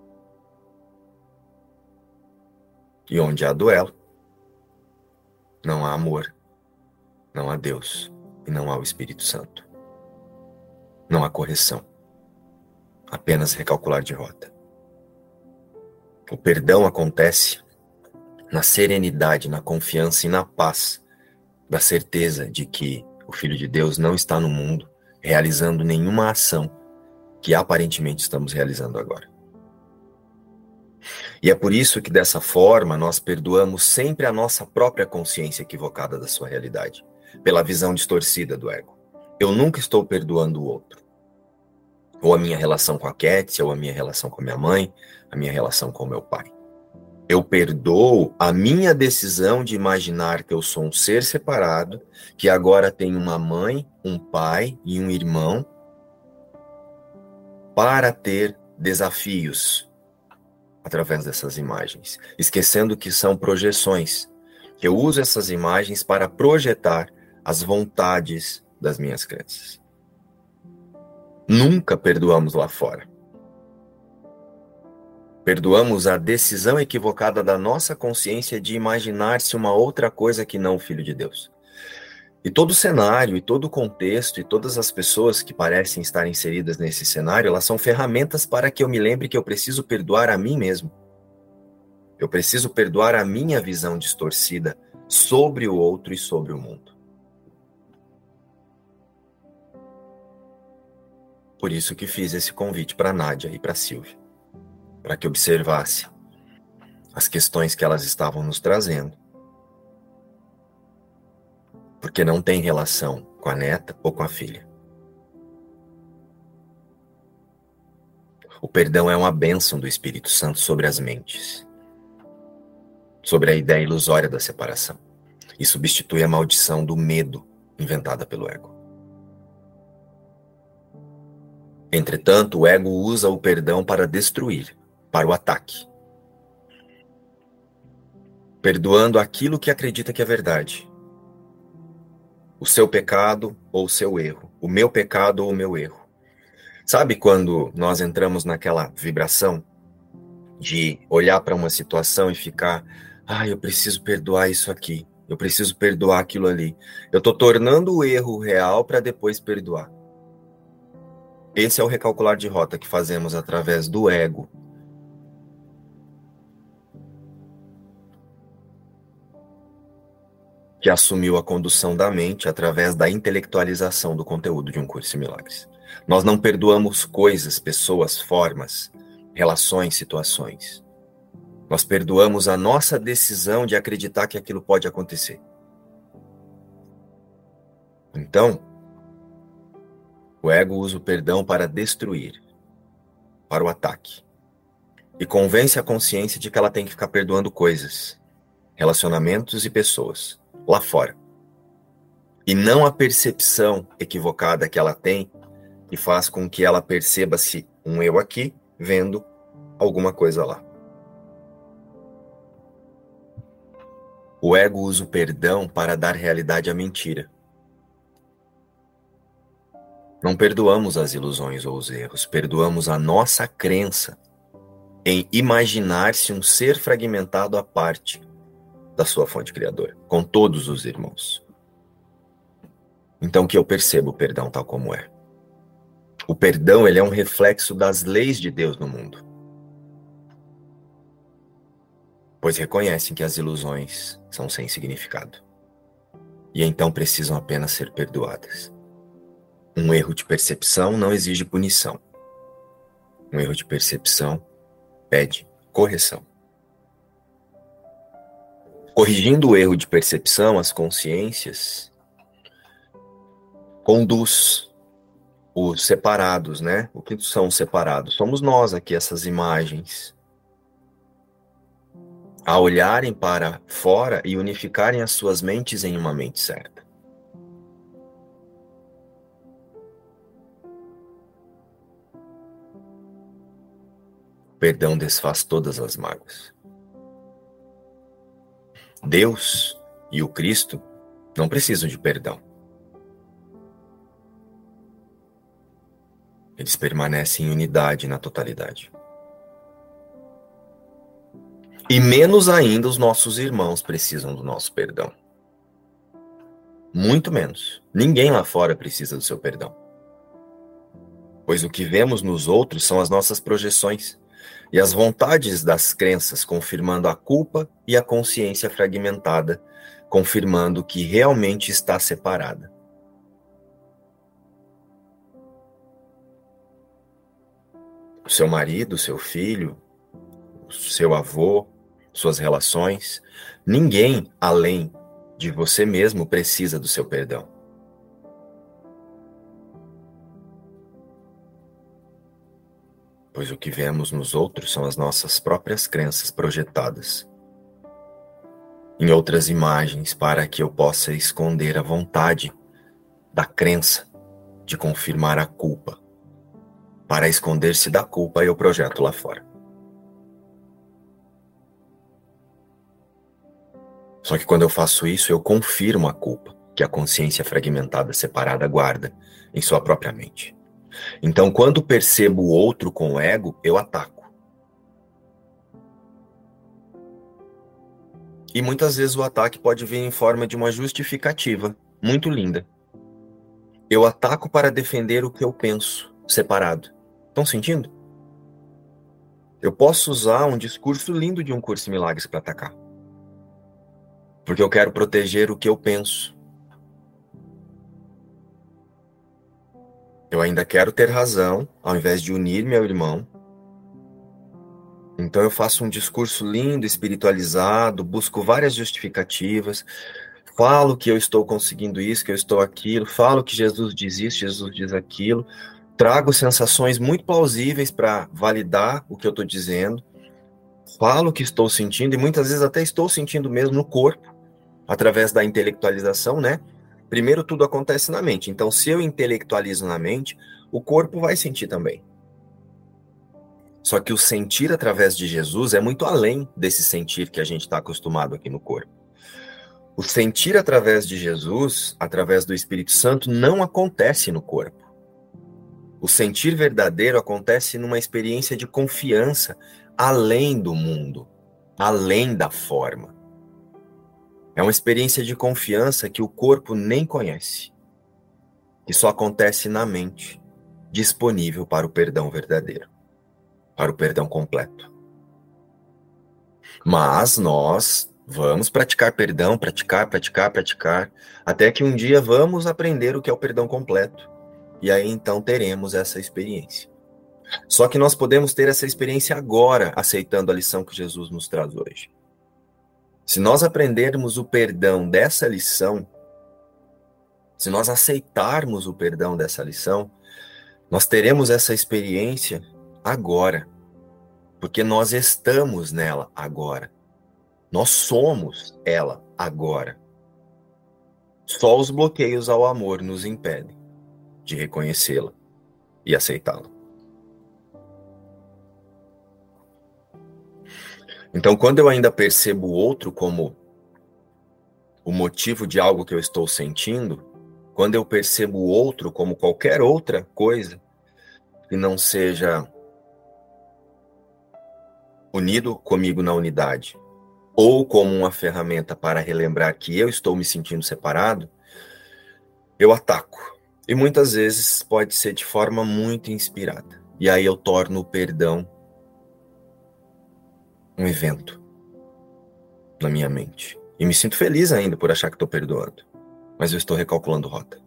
[SPEAKER 2] E onde há duelo, não há amor, não há Deus e não há o Espírito Santo. Não há correção, apenas recalcular de rota. O perdão acontece na serenidade, na confiança e na paz, da certeza de que o Filho de Deus não está no mundo realizando nenhuma ação que aparentemente estamos realizando agora. E é por isso que dessa forma nós perdoamos sempre a nossa própria consciência equivocada da sua realidade, pela visão distorcida do ego. Eu nunca estou perdoando o outro. Ou a minha relação com a Kétia, ou a minha relação com a minha mãe, a minha relação com o meu pai. Eu perdoo a minha decisão de imaginar que eu sou um ser separado, que agora tem uma mãe, um pai e um irmão, para ter desafios através dessas imagens, esquecendo que são projeções. Eu uso essas imagens para projetar as vontades das minhas crenças. Nunca perdoamos lá fora. Perdoamos a decisão equivocada da nossa consciência de imaginar-se uma outra coisa que não o Filho de Deus. E todo o cenário, e todo o contexto, e todas as pessoas que parecem estar inseridas nesse cenário, elas são ferramentas para que eu me lembre que eu preciso perdoar a mim mesmo. Eu preciso perdoar a minha visão distorcida sobre o outro e sobre o mundo. Por isso que fiz esse convite para a Nádia e para a Silvia, para que observasse as questões que elas estavam nos trazendo. Porque não tem relação com a neta ou com a filha. O perdão é uma bênção do Espírito Santo sobre as mentes, sobre a ideia ilusória da separação, e substitui a maldição do medo inventada pelo ego. Entretanto, o ego usa o perdão para destruir, para o ataque, perdoando aquilo que acredita que é verdade. O seu pecado ou o seu erro. O meu pecado ou o meu erro. Sabe quando nós entramos naquela vibração de olhar para uma situação e ficar, eu preciso perdoar isso aqui, eu preciso perdoar aquilo ali. Eu estou tornando o erro real para depois perdoar. Esse é o recalcular de rota que fazemos através do ego. Que assumiu a condução da mente através da intelectualização do conteúdo de um curso em milagres. Nós não perdoamos coisas, pessoas, formas, relações, situações. Nós perdoamos a nossa decisão de acreditar que aquilo pode acontecer. Então, o ego usa o perdão para destruir, para o ataque. E convence a consciência de que ela tem que ficar perdoando coisas, relacionamentos e pessoas, lá fora. E não a percepção equivocada que ela tem, que faz com que ela perceba-se um eu aqui, vendo alguma coisa lá. O ego usa o perdão para dar realidade à mentira. Não perdoamos as ilusões ou os erros, perdoamos a nossa crença em imaginar-se um ser fragmentado à parte da sua fonte criadora, com todos os irmãos. Então que eu percebo o perdão tal como é. O perdão, ele é um reflexo das leis de Deus no mundo. Pois reconhecem que as ilusões são sem significado. E então precisam apenas ser perdoadas. Um erro de percepção não exige punição. Um erro de percepção pede correção. Corrigindo o erro de percepção, as consciências conduz os separados, né? O que são os separados? Somos nós aqui, essas imagens, a olharem para fora e unificarem as suas mentes em uma mente certa. O perdão desfaz todas as mágoas. Deus e o Cristo não precisam de perdão. Eles permanecem em unidade na totalidade. E menos ainda os nossos irmãos precisam do nosso perdão. Muito menos. Ninguém lá fora precisa do seu perdão. Pois o que vemos nos outros são as nossas projeções e as vontades das crenças, confirmando a culpa, e a consciência fragmentada, confirmando que realmente está separada. o seu marido, o seu filho, o seu avô, suas relações. Ninguém além de você mesmo precisa do seu perdão. Pois o que vemos nos outros são as nossas próprias crenças projetadas em outras imagens para que eu possa esconder a vontade da crença de confirmar a culpa. Para esconder-se da culpa, eu projeto lá fora. Só que quando eu faço isso, eu confirmo a culpa que a consciência fragmentada, separada, guarda em sua própria mente. Então, quando percebo o outro com o ego, eu ataco. E muitas vezes o ataque pode vir em forma de uma justificativa muito linda. Eu ataco para defender o que eu penso, separado. Estão sentindo? Eu posso usar um discurso lindo de um curso em milagres para atacar. Porque eu quero proteger o que eu penso. Eu ainda quero ter razão, ao invés de unir meu irmão. Então eu faço um discurso lindo, espiritualizado, busco várias justificativas, falo que eu estou conseguindo isso, que eu estou aquilo, falo que Jesus diz isso, Jesus diz aquilo, trago sensações muito plausíveis para validar o que eu estou dizendo, falo o que estou sentindo, e muitas vezes até estou sentindo mesmo no corpo, através da intelectualização, né? Primeiro tudo acontece na mente, então se eu intelectualizo na mente, o corpo vai sentir também. Só que o sentir através de Jesus é muito além desse sentir que a gente está acostumado aqui no corpo. O sentir através de Jesus, através do Espírito Santo, não acontece no corpo. O sentir verdadeiro acontece numa experiência de confiança além do mundo, além da forma. É uma experiência de confiança que o corpo nem conhece, que só acontece na mente, disponível para o perdão verdadeiro, para o perdão completo. Mas nós vamos praticar perdão, praticar, até que um dia vamos aprender o que é o perdão completo. E aí então teremos essa experiência. Só que nós podemos ter essa experiência agora, aceitando a lição que Jesus nos traz hoje. Se nós aprendermos o perdão dessa lição, se nós aceitarmos o perdão dessa lição, nós teremos essa experiência agora. Porque nós estamos nela agora. Nós somos ela agora. Só os bloqueios ao amor nos impedem de reconhecê-la e aceitá-la. Então, quando eu ainda percebo o outro como o motivo de algo que eu estou sentindo, quando eu percebo o outro como qualquer outra coisa que não seja unido comigo na unidade, ou como uma ferramenta para relembrar que eu estou me sentindo separado, eu ataco. E muitas vezes pode ser de forma muito inspirada. E aí eu torno o perdão um evento na minha mente. E me sinto feliz ainda por achar que estou perdoando. Mas eu estou recalculando rota.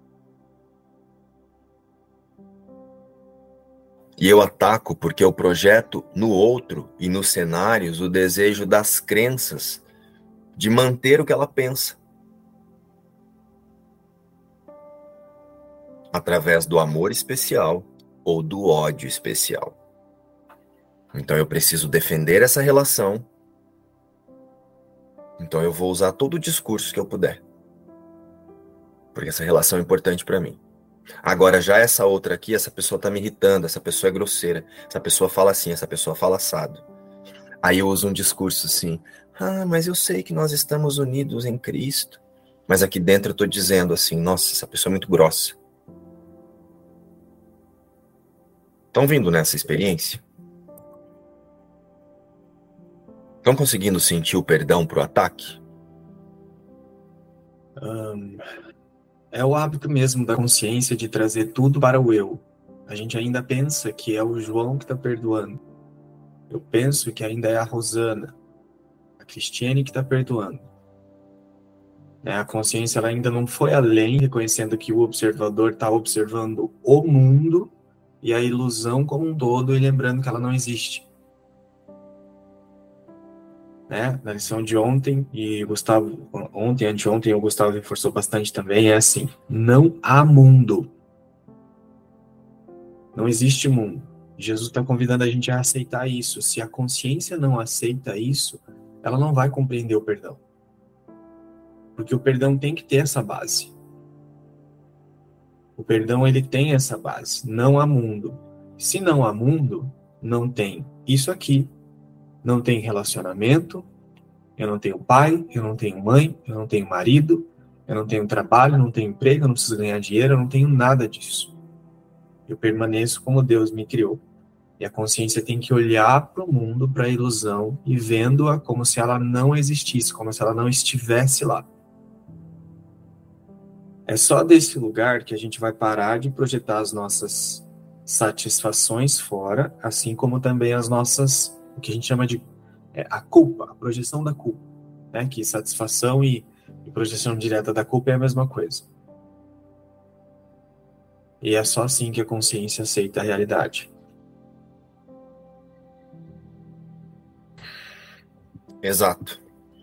[SPEAKER 2] E eu ataco porque eu projeto no outro e nos cenários o desejo das crenças de manter o que ela pensa. Através do amor especial ou do ódio especial. Então eu preciso defender essa relação. Então eu vou usar todo o discurso que eu puder. Porque essa relação é importante para mim. Agora já essa outra aqui, essa pessoa tá me irritando, essa pessoa é grosseira, essa pessoa fala assim, essa pessoa fala assado. Aí eu uso um discurso assim, mas eu sei que nós estamos unidos em Cristo. Mas aqui dentro eu tô dizendo assim, nossa, essa pessoa é muito grossa. Estão vindo nessa experiência? Estão conseguindo sentir o perdão pro ataque?
[SPEAKER 7] É o hábito mesmo da consciência de trazer tudo para o eu. A gente ainda pensa que é o João que está perdoando. Eu penso que ainda é a Rosana, a Cristiane que está perdoando. A consciência ela ainda não foi além, reconhecendo que o observador está observando o mundo e a ilusão como um todo, e lembrando que ela não existe. Né? Na lição de ontem, e Gustavo, ontem, anteontem, o Gustavo reforçou bastante também, é assim, não há mundo. Não existe mundo. Jesus está convidando a gente a aceitar isso. Se a consciência não aceita isso, ela não vai compreender o perdão. Porque o perdão tem que ter essa base. O perdão, ele tem essa base. Não há mundo. Se não há mundo, não tem isso aqui. Não tem relacionamento. Eu não tenho pai, eu não tenho mãe, eu não tenho marido, eu não tenho trabalho, eu não tenho emprego, eu não preciso ganhar dinheiro, eu não tenho nada disso. Eu permaneço como Deus me criou. E a consciência tem que olhar para o mundo, para a ilusão, e vendo-a como se ela não existisse, como se ela não estivesse lá. É só desse lugar que a gente vai parar de projetar as nossas satisfações fora, assim como também as nossas, o que a gente chama de a culpa, a projeção da culpa, né? Que satisfação e projeção direta da culpa é a mesma coisa. E é só assim que a consciência aceita a realidade.
[SPEAKER 2] Exato.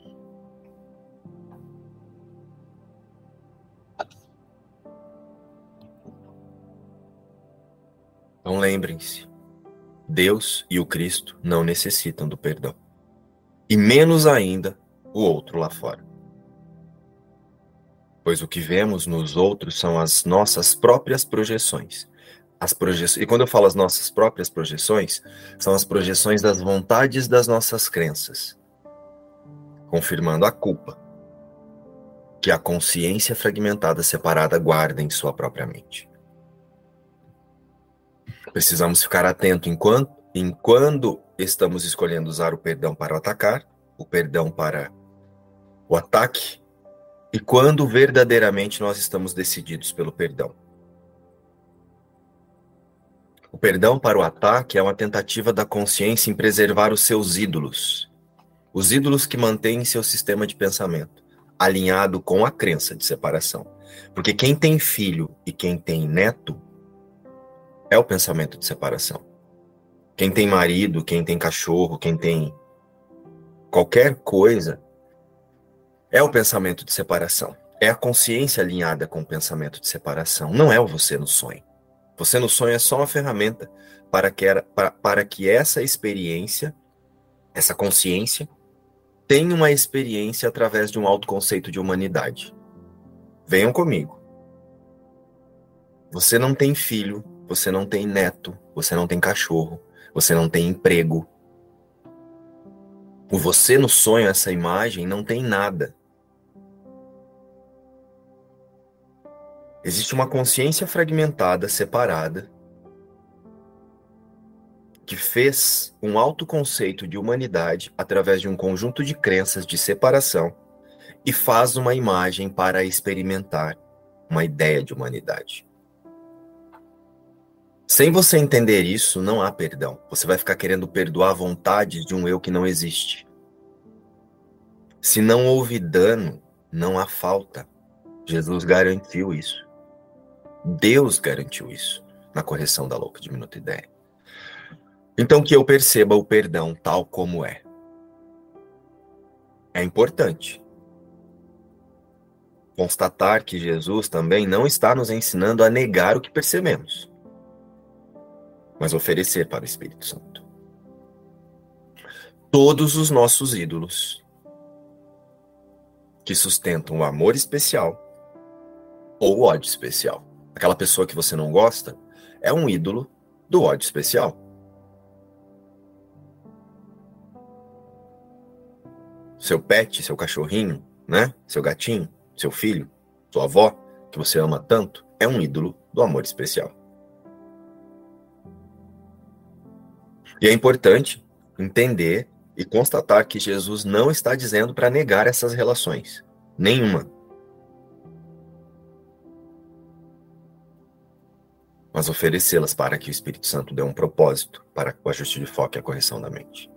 [SPEAKER 2] Então lembrem-se, Deus e o Cristo não necessitam do perdão. E menos ainda o outro lá fora. Pois o que vemos nos outros são as nossas próprias projeções. E quando eu falo as nossas próprias projeções, são as projeções das vontades das nossas crenças, confirmando a culpa que a consciência fragmentada separada guarda em sua própria mente. Precisamos ficar atento enquanto estamos escolhendo usar o perdão para o atacar, o perdão para o ataque, e quando verdadeiramente nós estamos decididos pelo perdão. O perdão para o ataque é uma tentativa da consciência em preservar os seus ídolos. Os ídolos que mantêm seu sistema de pensamento alinhado com a crença de separação. Porque quem tem filho e quem tem neto é o pensamento de separação. Quem tem marido, quem tem cachorro, quem tem qualquer coisa é o pensamento de separação. É a consciência alinhada com o pensamento de separação. Não é o você no sonho. Você no sonho é só uma ferramenta para que essa experiência, essa consciência, tenha uma experiência através de um autoconceito de humanidade. Venham comigo. Você não tem filho, você não tem neto, você não tem cachorro, você não tem emprego. O você no sonho, essa imagem, não tem nada. Existe uma consciência fragmentada, separada, que fez um autoconceito de humanidade através de um conjunto de crenças de separação e faz uma imagem para experimentar uma ideia de humanidade. Sem você entender isso, não há perdão. Você vai ficar querendo perdoar vontades de um eu que não existe. Se não houve dano, não há falta. Jesus garantiu isso. Deus garantiu isso na correção da louca diminuta ideia. Então que eu perceba o perdão tal como é. É importante constatar que Jesus também não está nos ensinando a negar o que percebemos, mas oferecer para o Espírito Santo. Todos os nossos ídolos que sustentam o amor especial ou o ódio especial. Aquela pessoa que você não gosta é um ídolo do ódio especial. Seu pet, seu cachorrinho, né? Seu gatinho, seu filho, sua avó, que você ama tanto, é um ídolo do amor especial. E é importante entender e constatar que Jesus não está dizendo para negar essas relações. Nenhuma. Mas oferecê-las para que o Espírito Santo dê um propósito para o ajuste de foco e a correção da mente.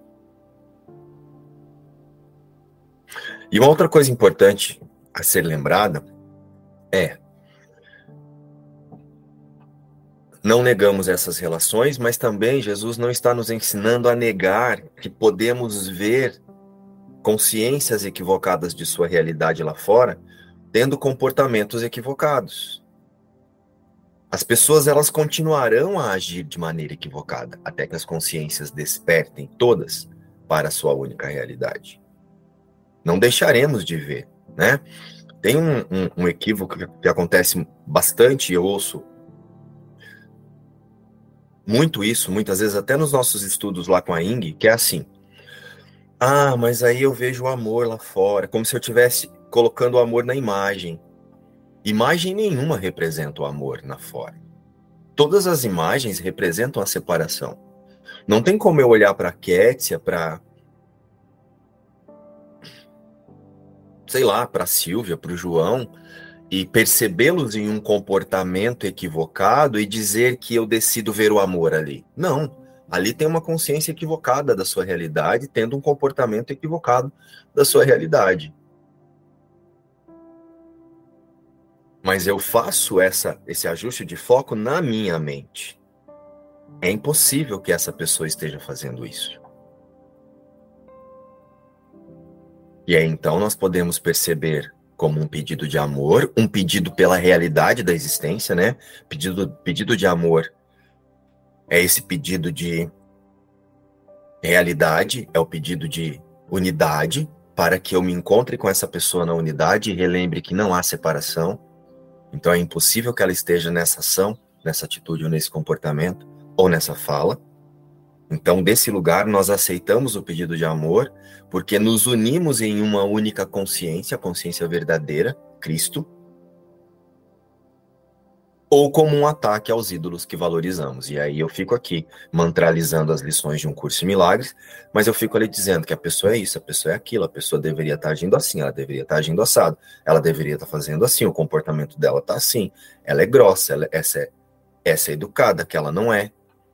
[SPEAKER 2] E uma outra coisa importante a ser lembrada é não negamos essas relações, mas também Jesus não está nos ensinando a negar que podemos ver consciências equivocadas de sua realidade lá fora, tendo comportamentos equivocados. As pessoas, elas continuarão a agir de maneira equivocada, até que as consciências despertem todas para a sua única realidade. Não deixaremos de ver, né? Tem um equívoco que acontece bastante, eu ouço muito isso, muitas vezes até nos nossos estudos lá com a Ing, que é assim: ah, mas aí eu vejo o amor lá fora, como se eu estivesse colocando o amor na imagem. Imagem nenhuma representa o amor lá fora. Todas as imagens representam a separação. Não tem como eu olhar para a Kétia, para, sei lá, para a Silvia, para o João, e percebê-los em um comportamento equivocado e dizer que eu decido ver o amor ali. Não, ali tem uma consciência equivocada da sua realidade, tendo um comportamento equivocado da sua realidade. Mas eu faço esse ajuste de foco na minha mente. É impossível que essa pessoa esteja fazendo isso. E aí então nós podemos perceber como um pedido de amor, um pedido pela realidade da existência, né? Pedido de amor é esse pedido de realidade, é o pedido de unidade, para que eu me encontre com essa pessoa na unidade e relembre que não há separação. Então é impossível que ela esteja nessa ação, nessa atitude ou nesse comportamento, ou nessa fala. Então, desse lugar, nós aceitamos o pedido de amor, porque nos unimos em uma única consciência, a consciência verdadeira, Cristo, ou como um ataque aos ídolos que valorizamos. E aí eu fico aqui mantralizando as lições de um curso de milagres, mas eu fico ali dizendo que a pessoa é isso, a pessoa é aquilo, a pessoa deveria estar agindo assim, ela deveria estar agindo assado, ela deveria estar fazendo assim, o comportamento dela está assim, ela é grossa, essa é educada, aquela não é.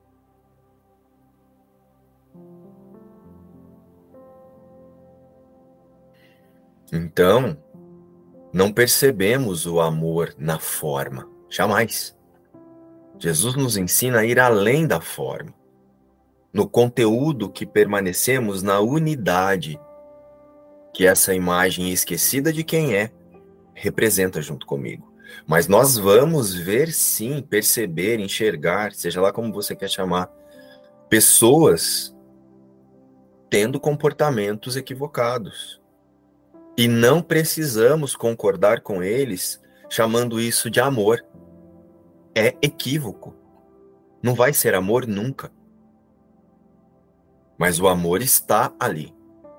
[SPEAKER 2] Então, não percebemos o amor na forma, jamais. Jesus nos ensina a ir além da forma, no conteúdo que permanecemos na unidade que essa imagem esquecida de quem é representa junto comigo. Mas nós vamos ver sim, perceber, enxergar, seja lá como você quer chamar, pessoas tendo comportamentos equivocados. E não precisamos concordar com eles chamando isso de amor. É equívoco. Não vai ser amor nunca. Mas o amor está ali.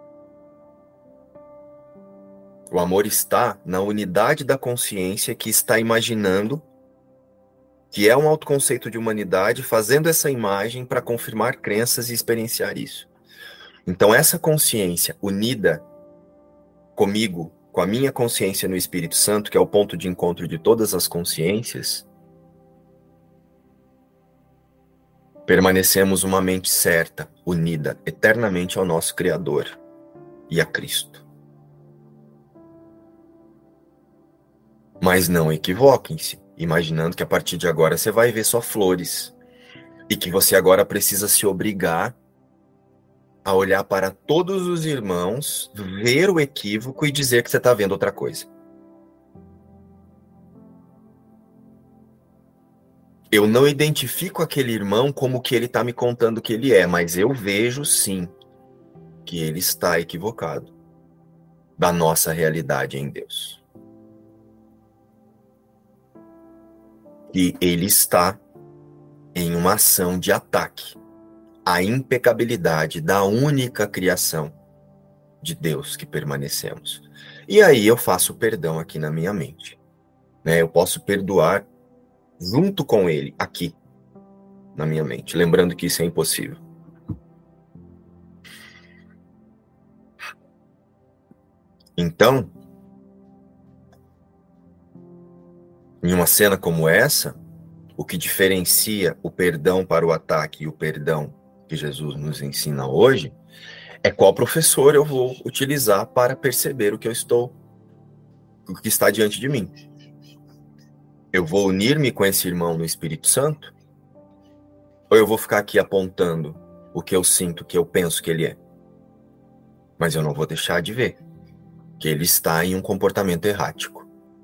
[SPEAKER 2] O amor está na unidade da consciência que está imaginando que é um autoconceito de humanidade, fazendo essa imagem para confirmar crenças e experienciar isso. Então essa consciência unida comigo, com a minha consciência no Espírito Santo, que é o ponto de encontro de todas as consciências, permanecemos uma mente certa, unida eternamente ao nosso Criador e a Cristo. Mas não equivoquem-se, imaginando que a partir de agora você vai ver só flores e que você agora precisa se obrigar a olhar para todos os irmãos, ver o equívoco e dizer que você está vendo outra coisa. Eu não identifico aquele irmão como que ele está me contando que ele é, mas eu vejo sim que ele está equivocado da nossa realidade em Deus. E ele está em uma ação de ataque à impecabilidade da única criação de Deus que permanecemos. E aí eu faço perdão aqui na minha mente. Eu posso perdoar junto com ele, aqui, na minha mente. Lembrando que isso é impossível. Então, em uma cena como essa, o que diferencia o perdão para o ataque e o perdão que Jesus nos ensina hoje é qual professor eu vou utilizar para perceber o que está diante de mim. Eu vou unir-me com esse irmão no Espírito Santo Ou eu vou ficar aqui apontando o que eu sinto, o que eu penso que ele é? Mas eu não vou deixar de ver que ele está em um comportamento errático.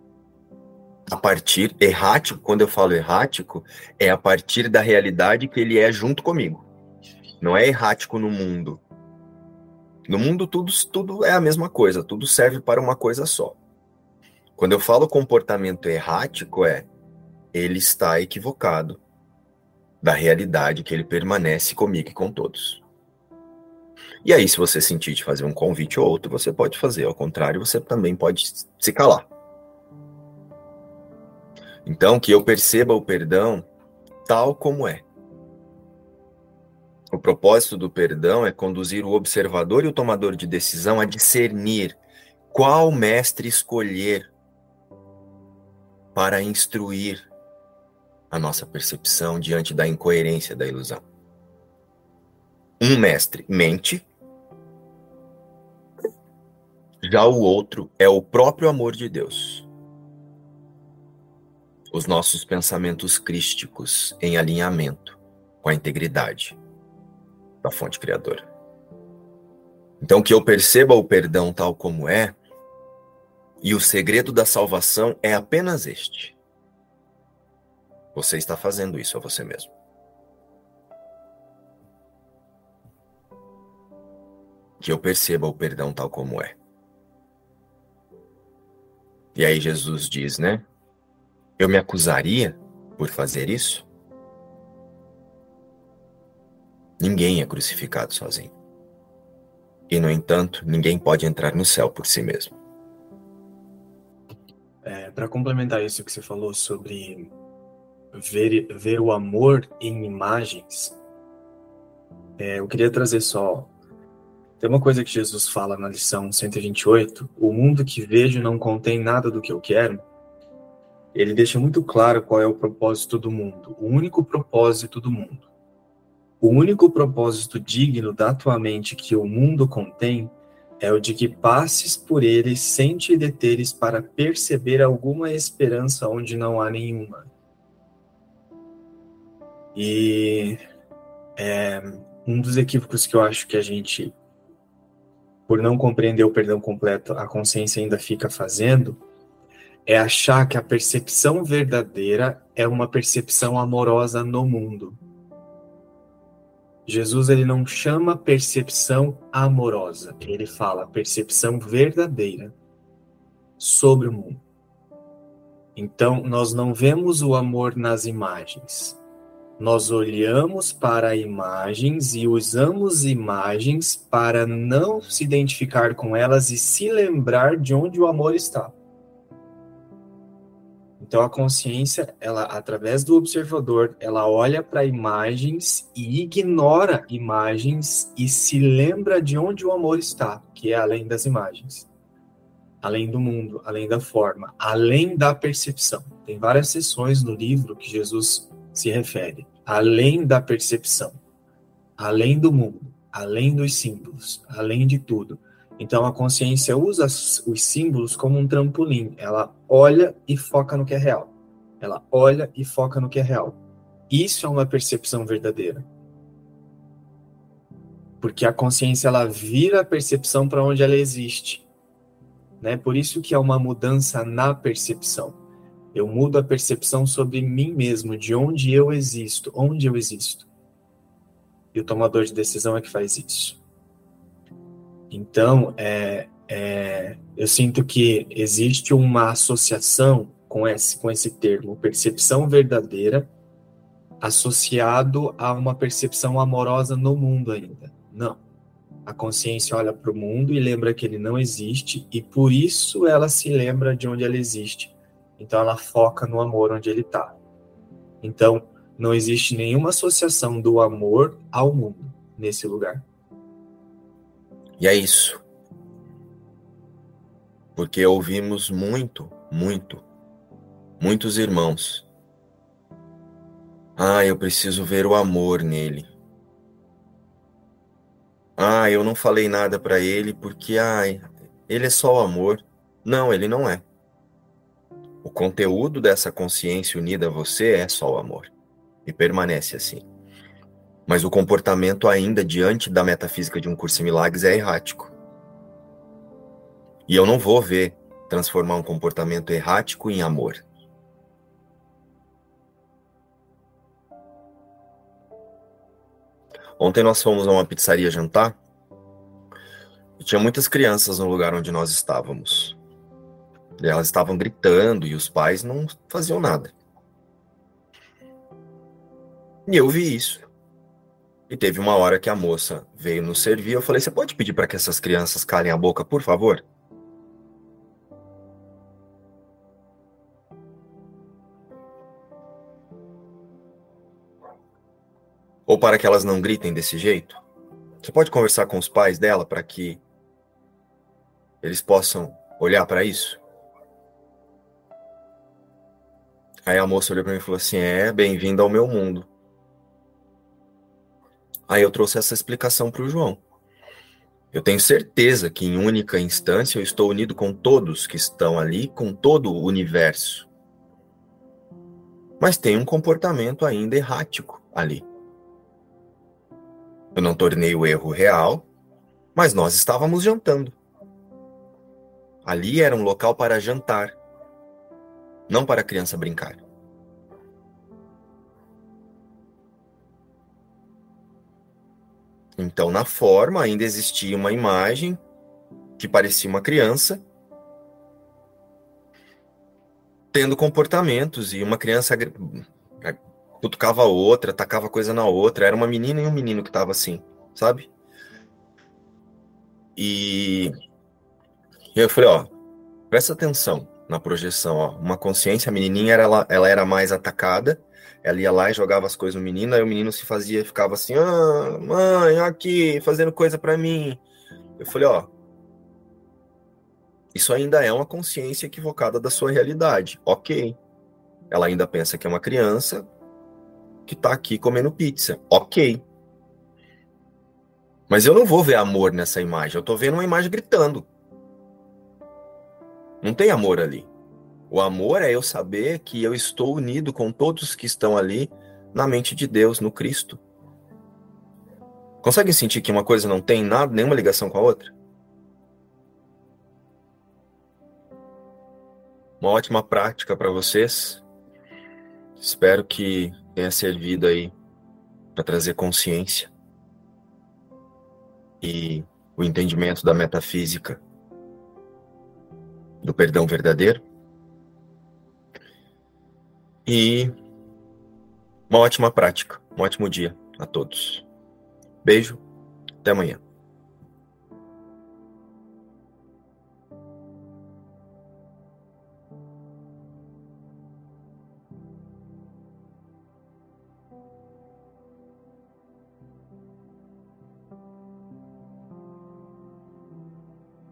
[SPEAKER 2] Errático, quando eu falo errático, é a partir da realidade que ele é junto comigo. Não é errático no mundo. No mundo tudo é a mesma coisa, tudo serve para uma coisa só. Quando eu falo comportamento errático, ele está equivocado da realidade que ele permanece comigo e com todos. E aí, se você sentir de fazer um convite ou outro, você pode fazer. Ao contrário, você também pode se calar. Então, que eu perceba o perdão tal como é. O propósito do perdão é conduzir o observador e o tomador de decisão a discernir qual mestre escolher para instruir a nossa percepção diante da incoerência da ilusão. Um mestre mente, já o outro é o próprio amor de Deus. Os nossos pensamentos crísticos em alinhamento com a integridade da fonte criadora. Então, que eu perceba o perdão tal como é, e o segredo da salvação é apenas este. Você está fazendo isso a você mesmo. Que eu perceba o perdão tal como é. E aí Jesus diz, né? Eu me acusaria por fazer isso? Ninguém é crucificado sozinho. E, no entanto, ninguém pode entrar no céu por si mesmo.
[SPEAKER 7] Para complementar isso que você falou sobre ver o amor em imagens, eu queria trazer só... Tem uma coisa que Jesus fala na lição 128, o mundo que vejo não contém nada do que eu quero. Ele deixa muito claro qual é o propósito do mundo, o único propósito do mundo. O único propósito digno da tua mente que o mundo contém é o de que passes por ele sem te deteres para perceber alguma esperança onde não há nenhuma. E um dos equívocos que eu acho que a gente, por não compreender o perdão completo, a consciência ainda fica fazendo, é achar que a percepção verdadeira é uma percepção amorosa no mundo. Jesus, ele não chama percepção amorosa, ele fala percepção verdadeira sobre o mundo. Então, nós não vemos o amor nas imagens. Nós olhamos para imagens e usamos imagens para não se identificar com elas e se lembrar de onde o amor está. Então a consciência, ela, através do observador, ela olha para imagens e ignora imagens e se lembra de onde o amor está, que é além das imagens, além do mundo, além da forma, além da percepção. Tem várias sessões no livro que Jesus se refere, além da percepção, além do mundo, além dos símbolos, além de tudo. Então a consciência usa os símbolos como um trampolim. Ela olha e foca no que é real. Ela olha e foca no que é real. Isso é uma percepção verdadeira. Porque a consciência, ela vira a percepção para onde ela existe. Né? Por isso que é uma mudança na percepção. Eu mudo a percepção sobre mim mesmo, de onde eu existo, onde eu existo. E o tomador de decisão é que faz isso. Então, eu sinto que existe uma associação com esse termo, percepção verdadeira, associado a uma percepção amorosa no mundo ainda. Não. A consciência olha para o mundo e lembra que ele não existe, e por isso ela se lembra de onde ela existe. Então, ela foca no amor onde ele está. Então, não existe nenhuma associação do amor ao mundo nesse lugar.
[SPEAKER 2] E é isso. Porque ouvimos muitos irmãos. Eu preciso ver o amor nele. Eu não falei nada para ele porque, ele é só o amor. Não, ele não é. O conteúdo dessa consciência unida a você é só o amor. E permanece assim. Mas o comportamento ainda diante da metafísica de um curso em milagres é errático. E eu não vou ver transformar um comportamento errático em amor. Ontem nós fomos a uma pizzaria jantar e tinha muitas crianças no lugar onde nós estávamos. E elas estavam gritando e os pais não faziam nada. E eu vi isso. E teve uma hora que a moça veio nos servir, eu falei, você pode pedir para que essas crianças calem a boca, por favor? Ou para que elas não gritem desse jeito? Você pode conversar com os pais dela para que eles possam olhar para isso? Aí a moça olhou para mim e falou assim, bem-vindo ao meu mundo. Aí eu trouxe essa explicação para o João. Eu tenho certeza que em única instância eu estou unido com todos que estão ali, com todo o universo. Mas tem um comportamento ainda errático ali. Eu não tornei o erro real, mas nós estávamos jantando. Ali era um local para jantar, não para a criança brincar. Então, na forma, ainda existia uma imagem que parecia uma criança tendo comportamentos, e uma criança cutucava a outra, tacava coisa na outra. Era uma menina e um menino que estavam assim, sabe? E eu falei, presta atenção na projeção, uma consciência, a menininha ela era mais atacada, ela ia lá e jogava as coisas no menino, aí o menino ficava assim, mãe, aqui, fazendo coisa pra mim. Eu falei, isso ainda é uma consciência equivocada da sua realidade, ok. Ela ainda pensa que é uma criança que tá aqui comendo pizza, ok. Mas eu não vou ver amor nessa imagem, eu tô vendo uma imagem gritando. Não tem amor ali. O amor é eu saber que eu estou unido com todos que estão ali na mente de Deus, no Cristo. Conseguem sentir que uma coisa não tem nada, nenhuma ligação com a outra? Uma ótima prática para vocês. Espero que tenha servido aí para trazer consciência e o entendimento da metafísica do perdão verdadeiro. E uma ótima prática, um ótimo dia a todos. Beijo, até amanhã.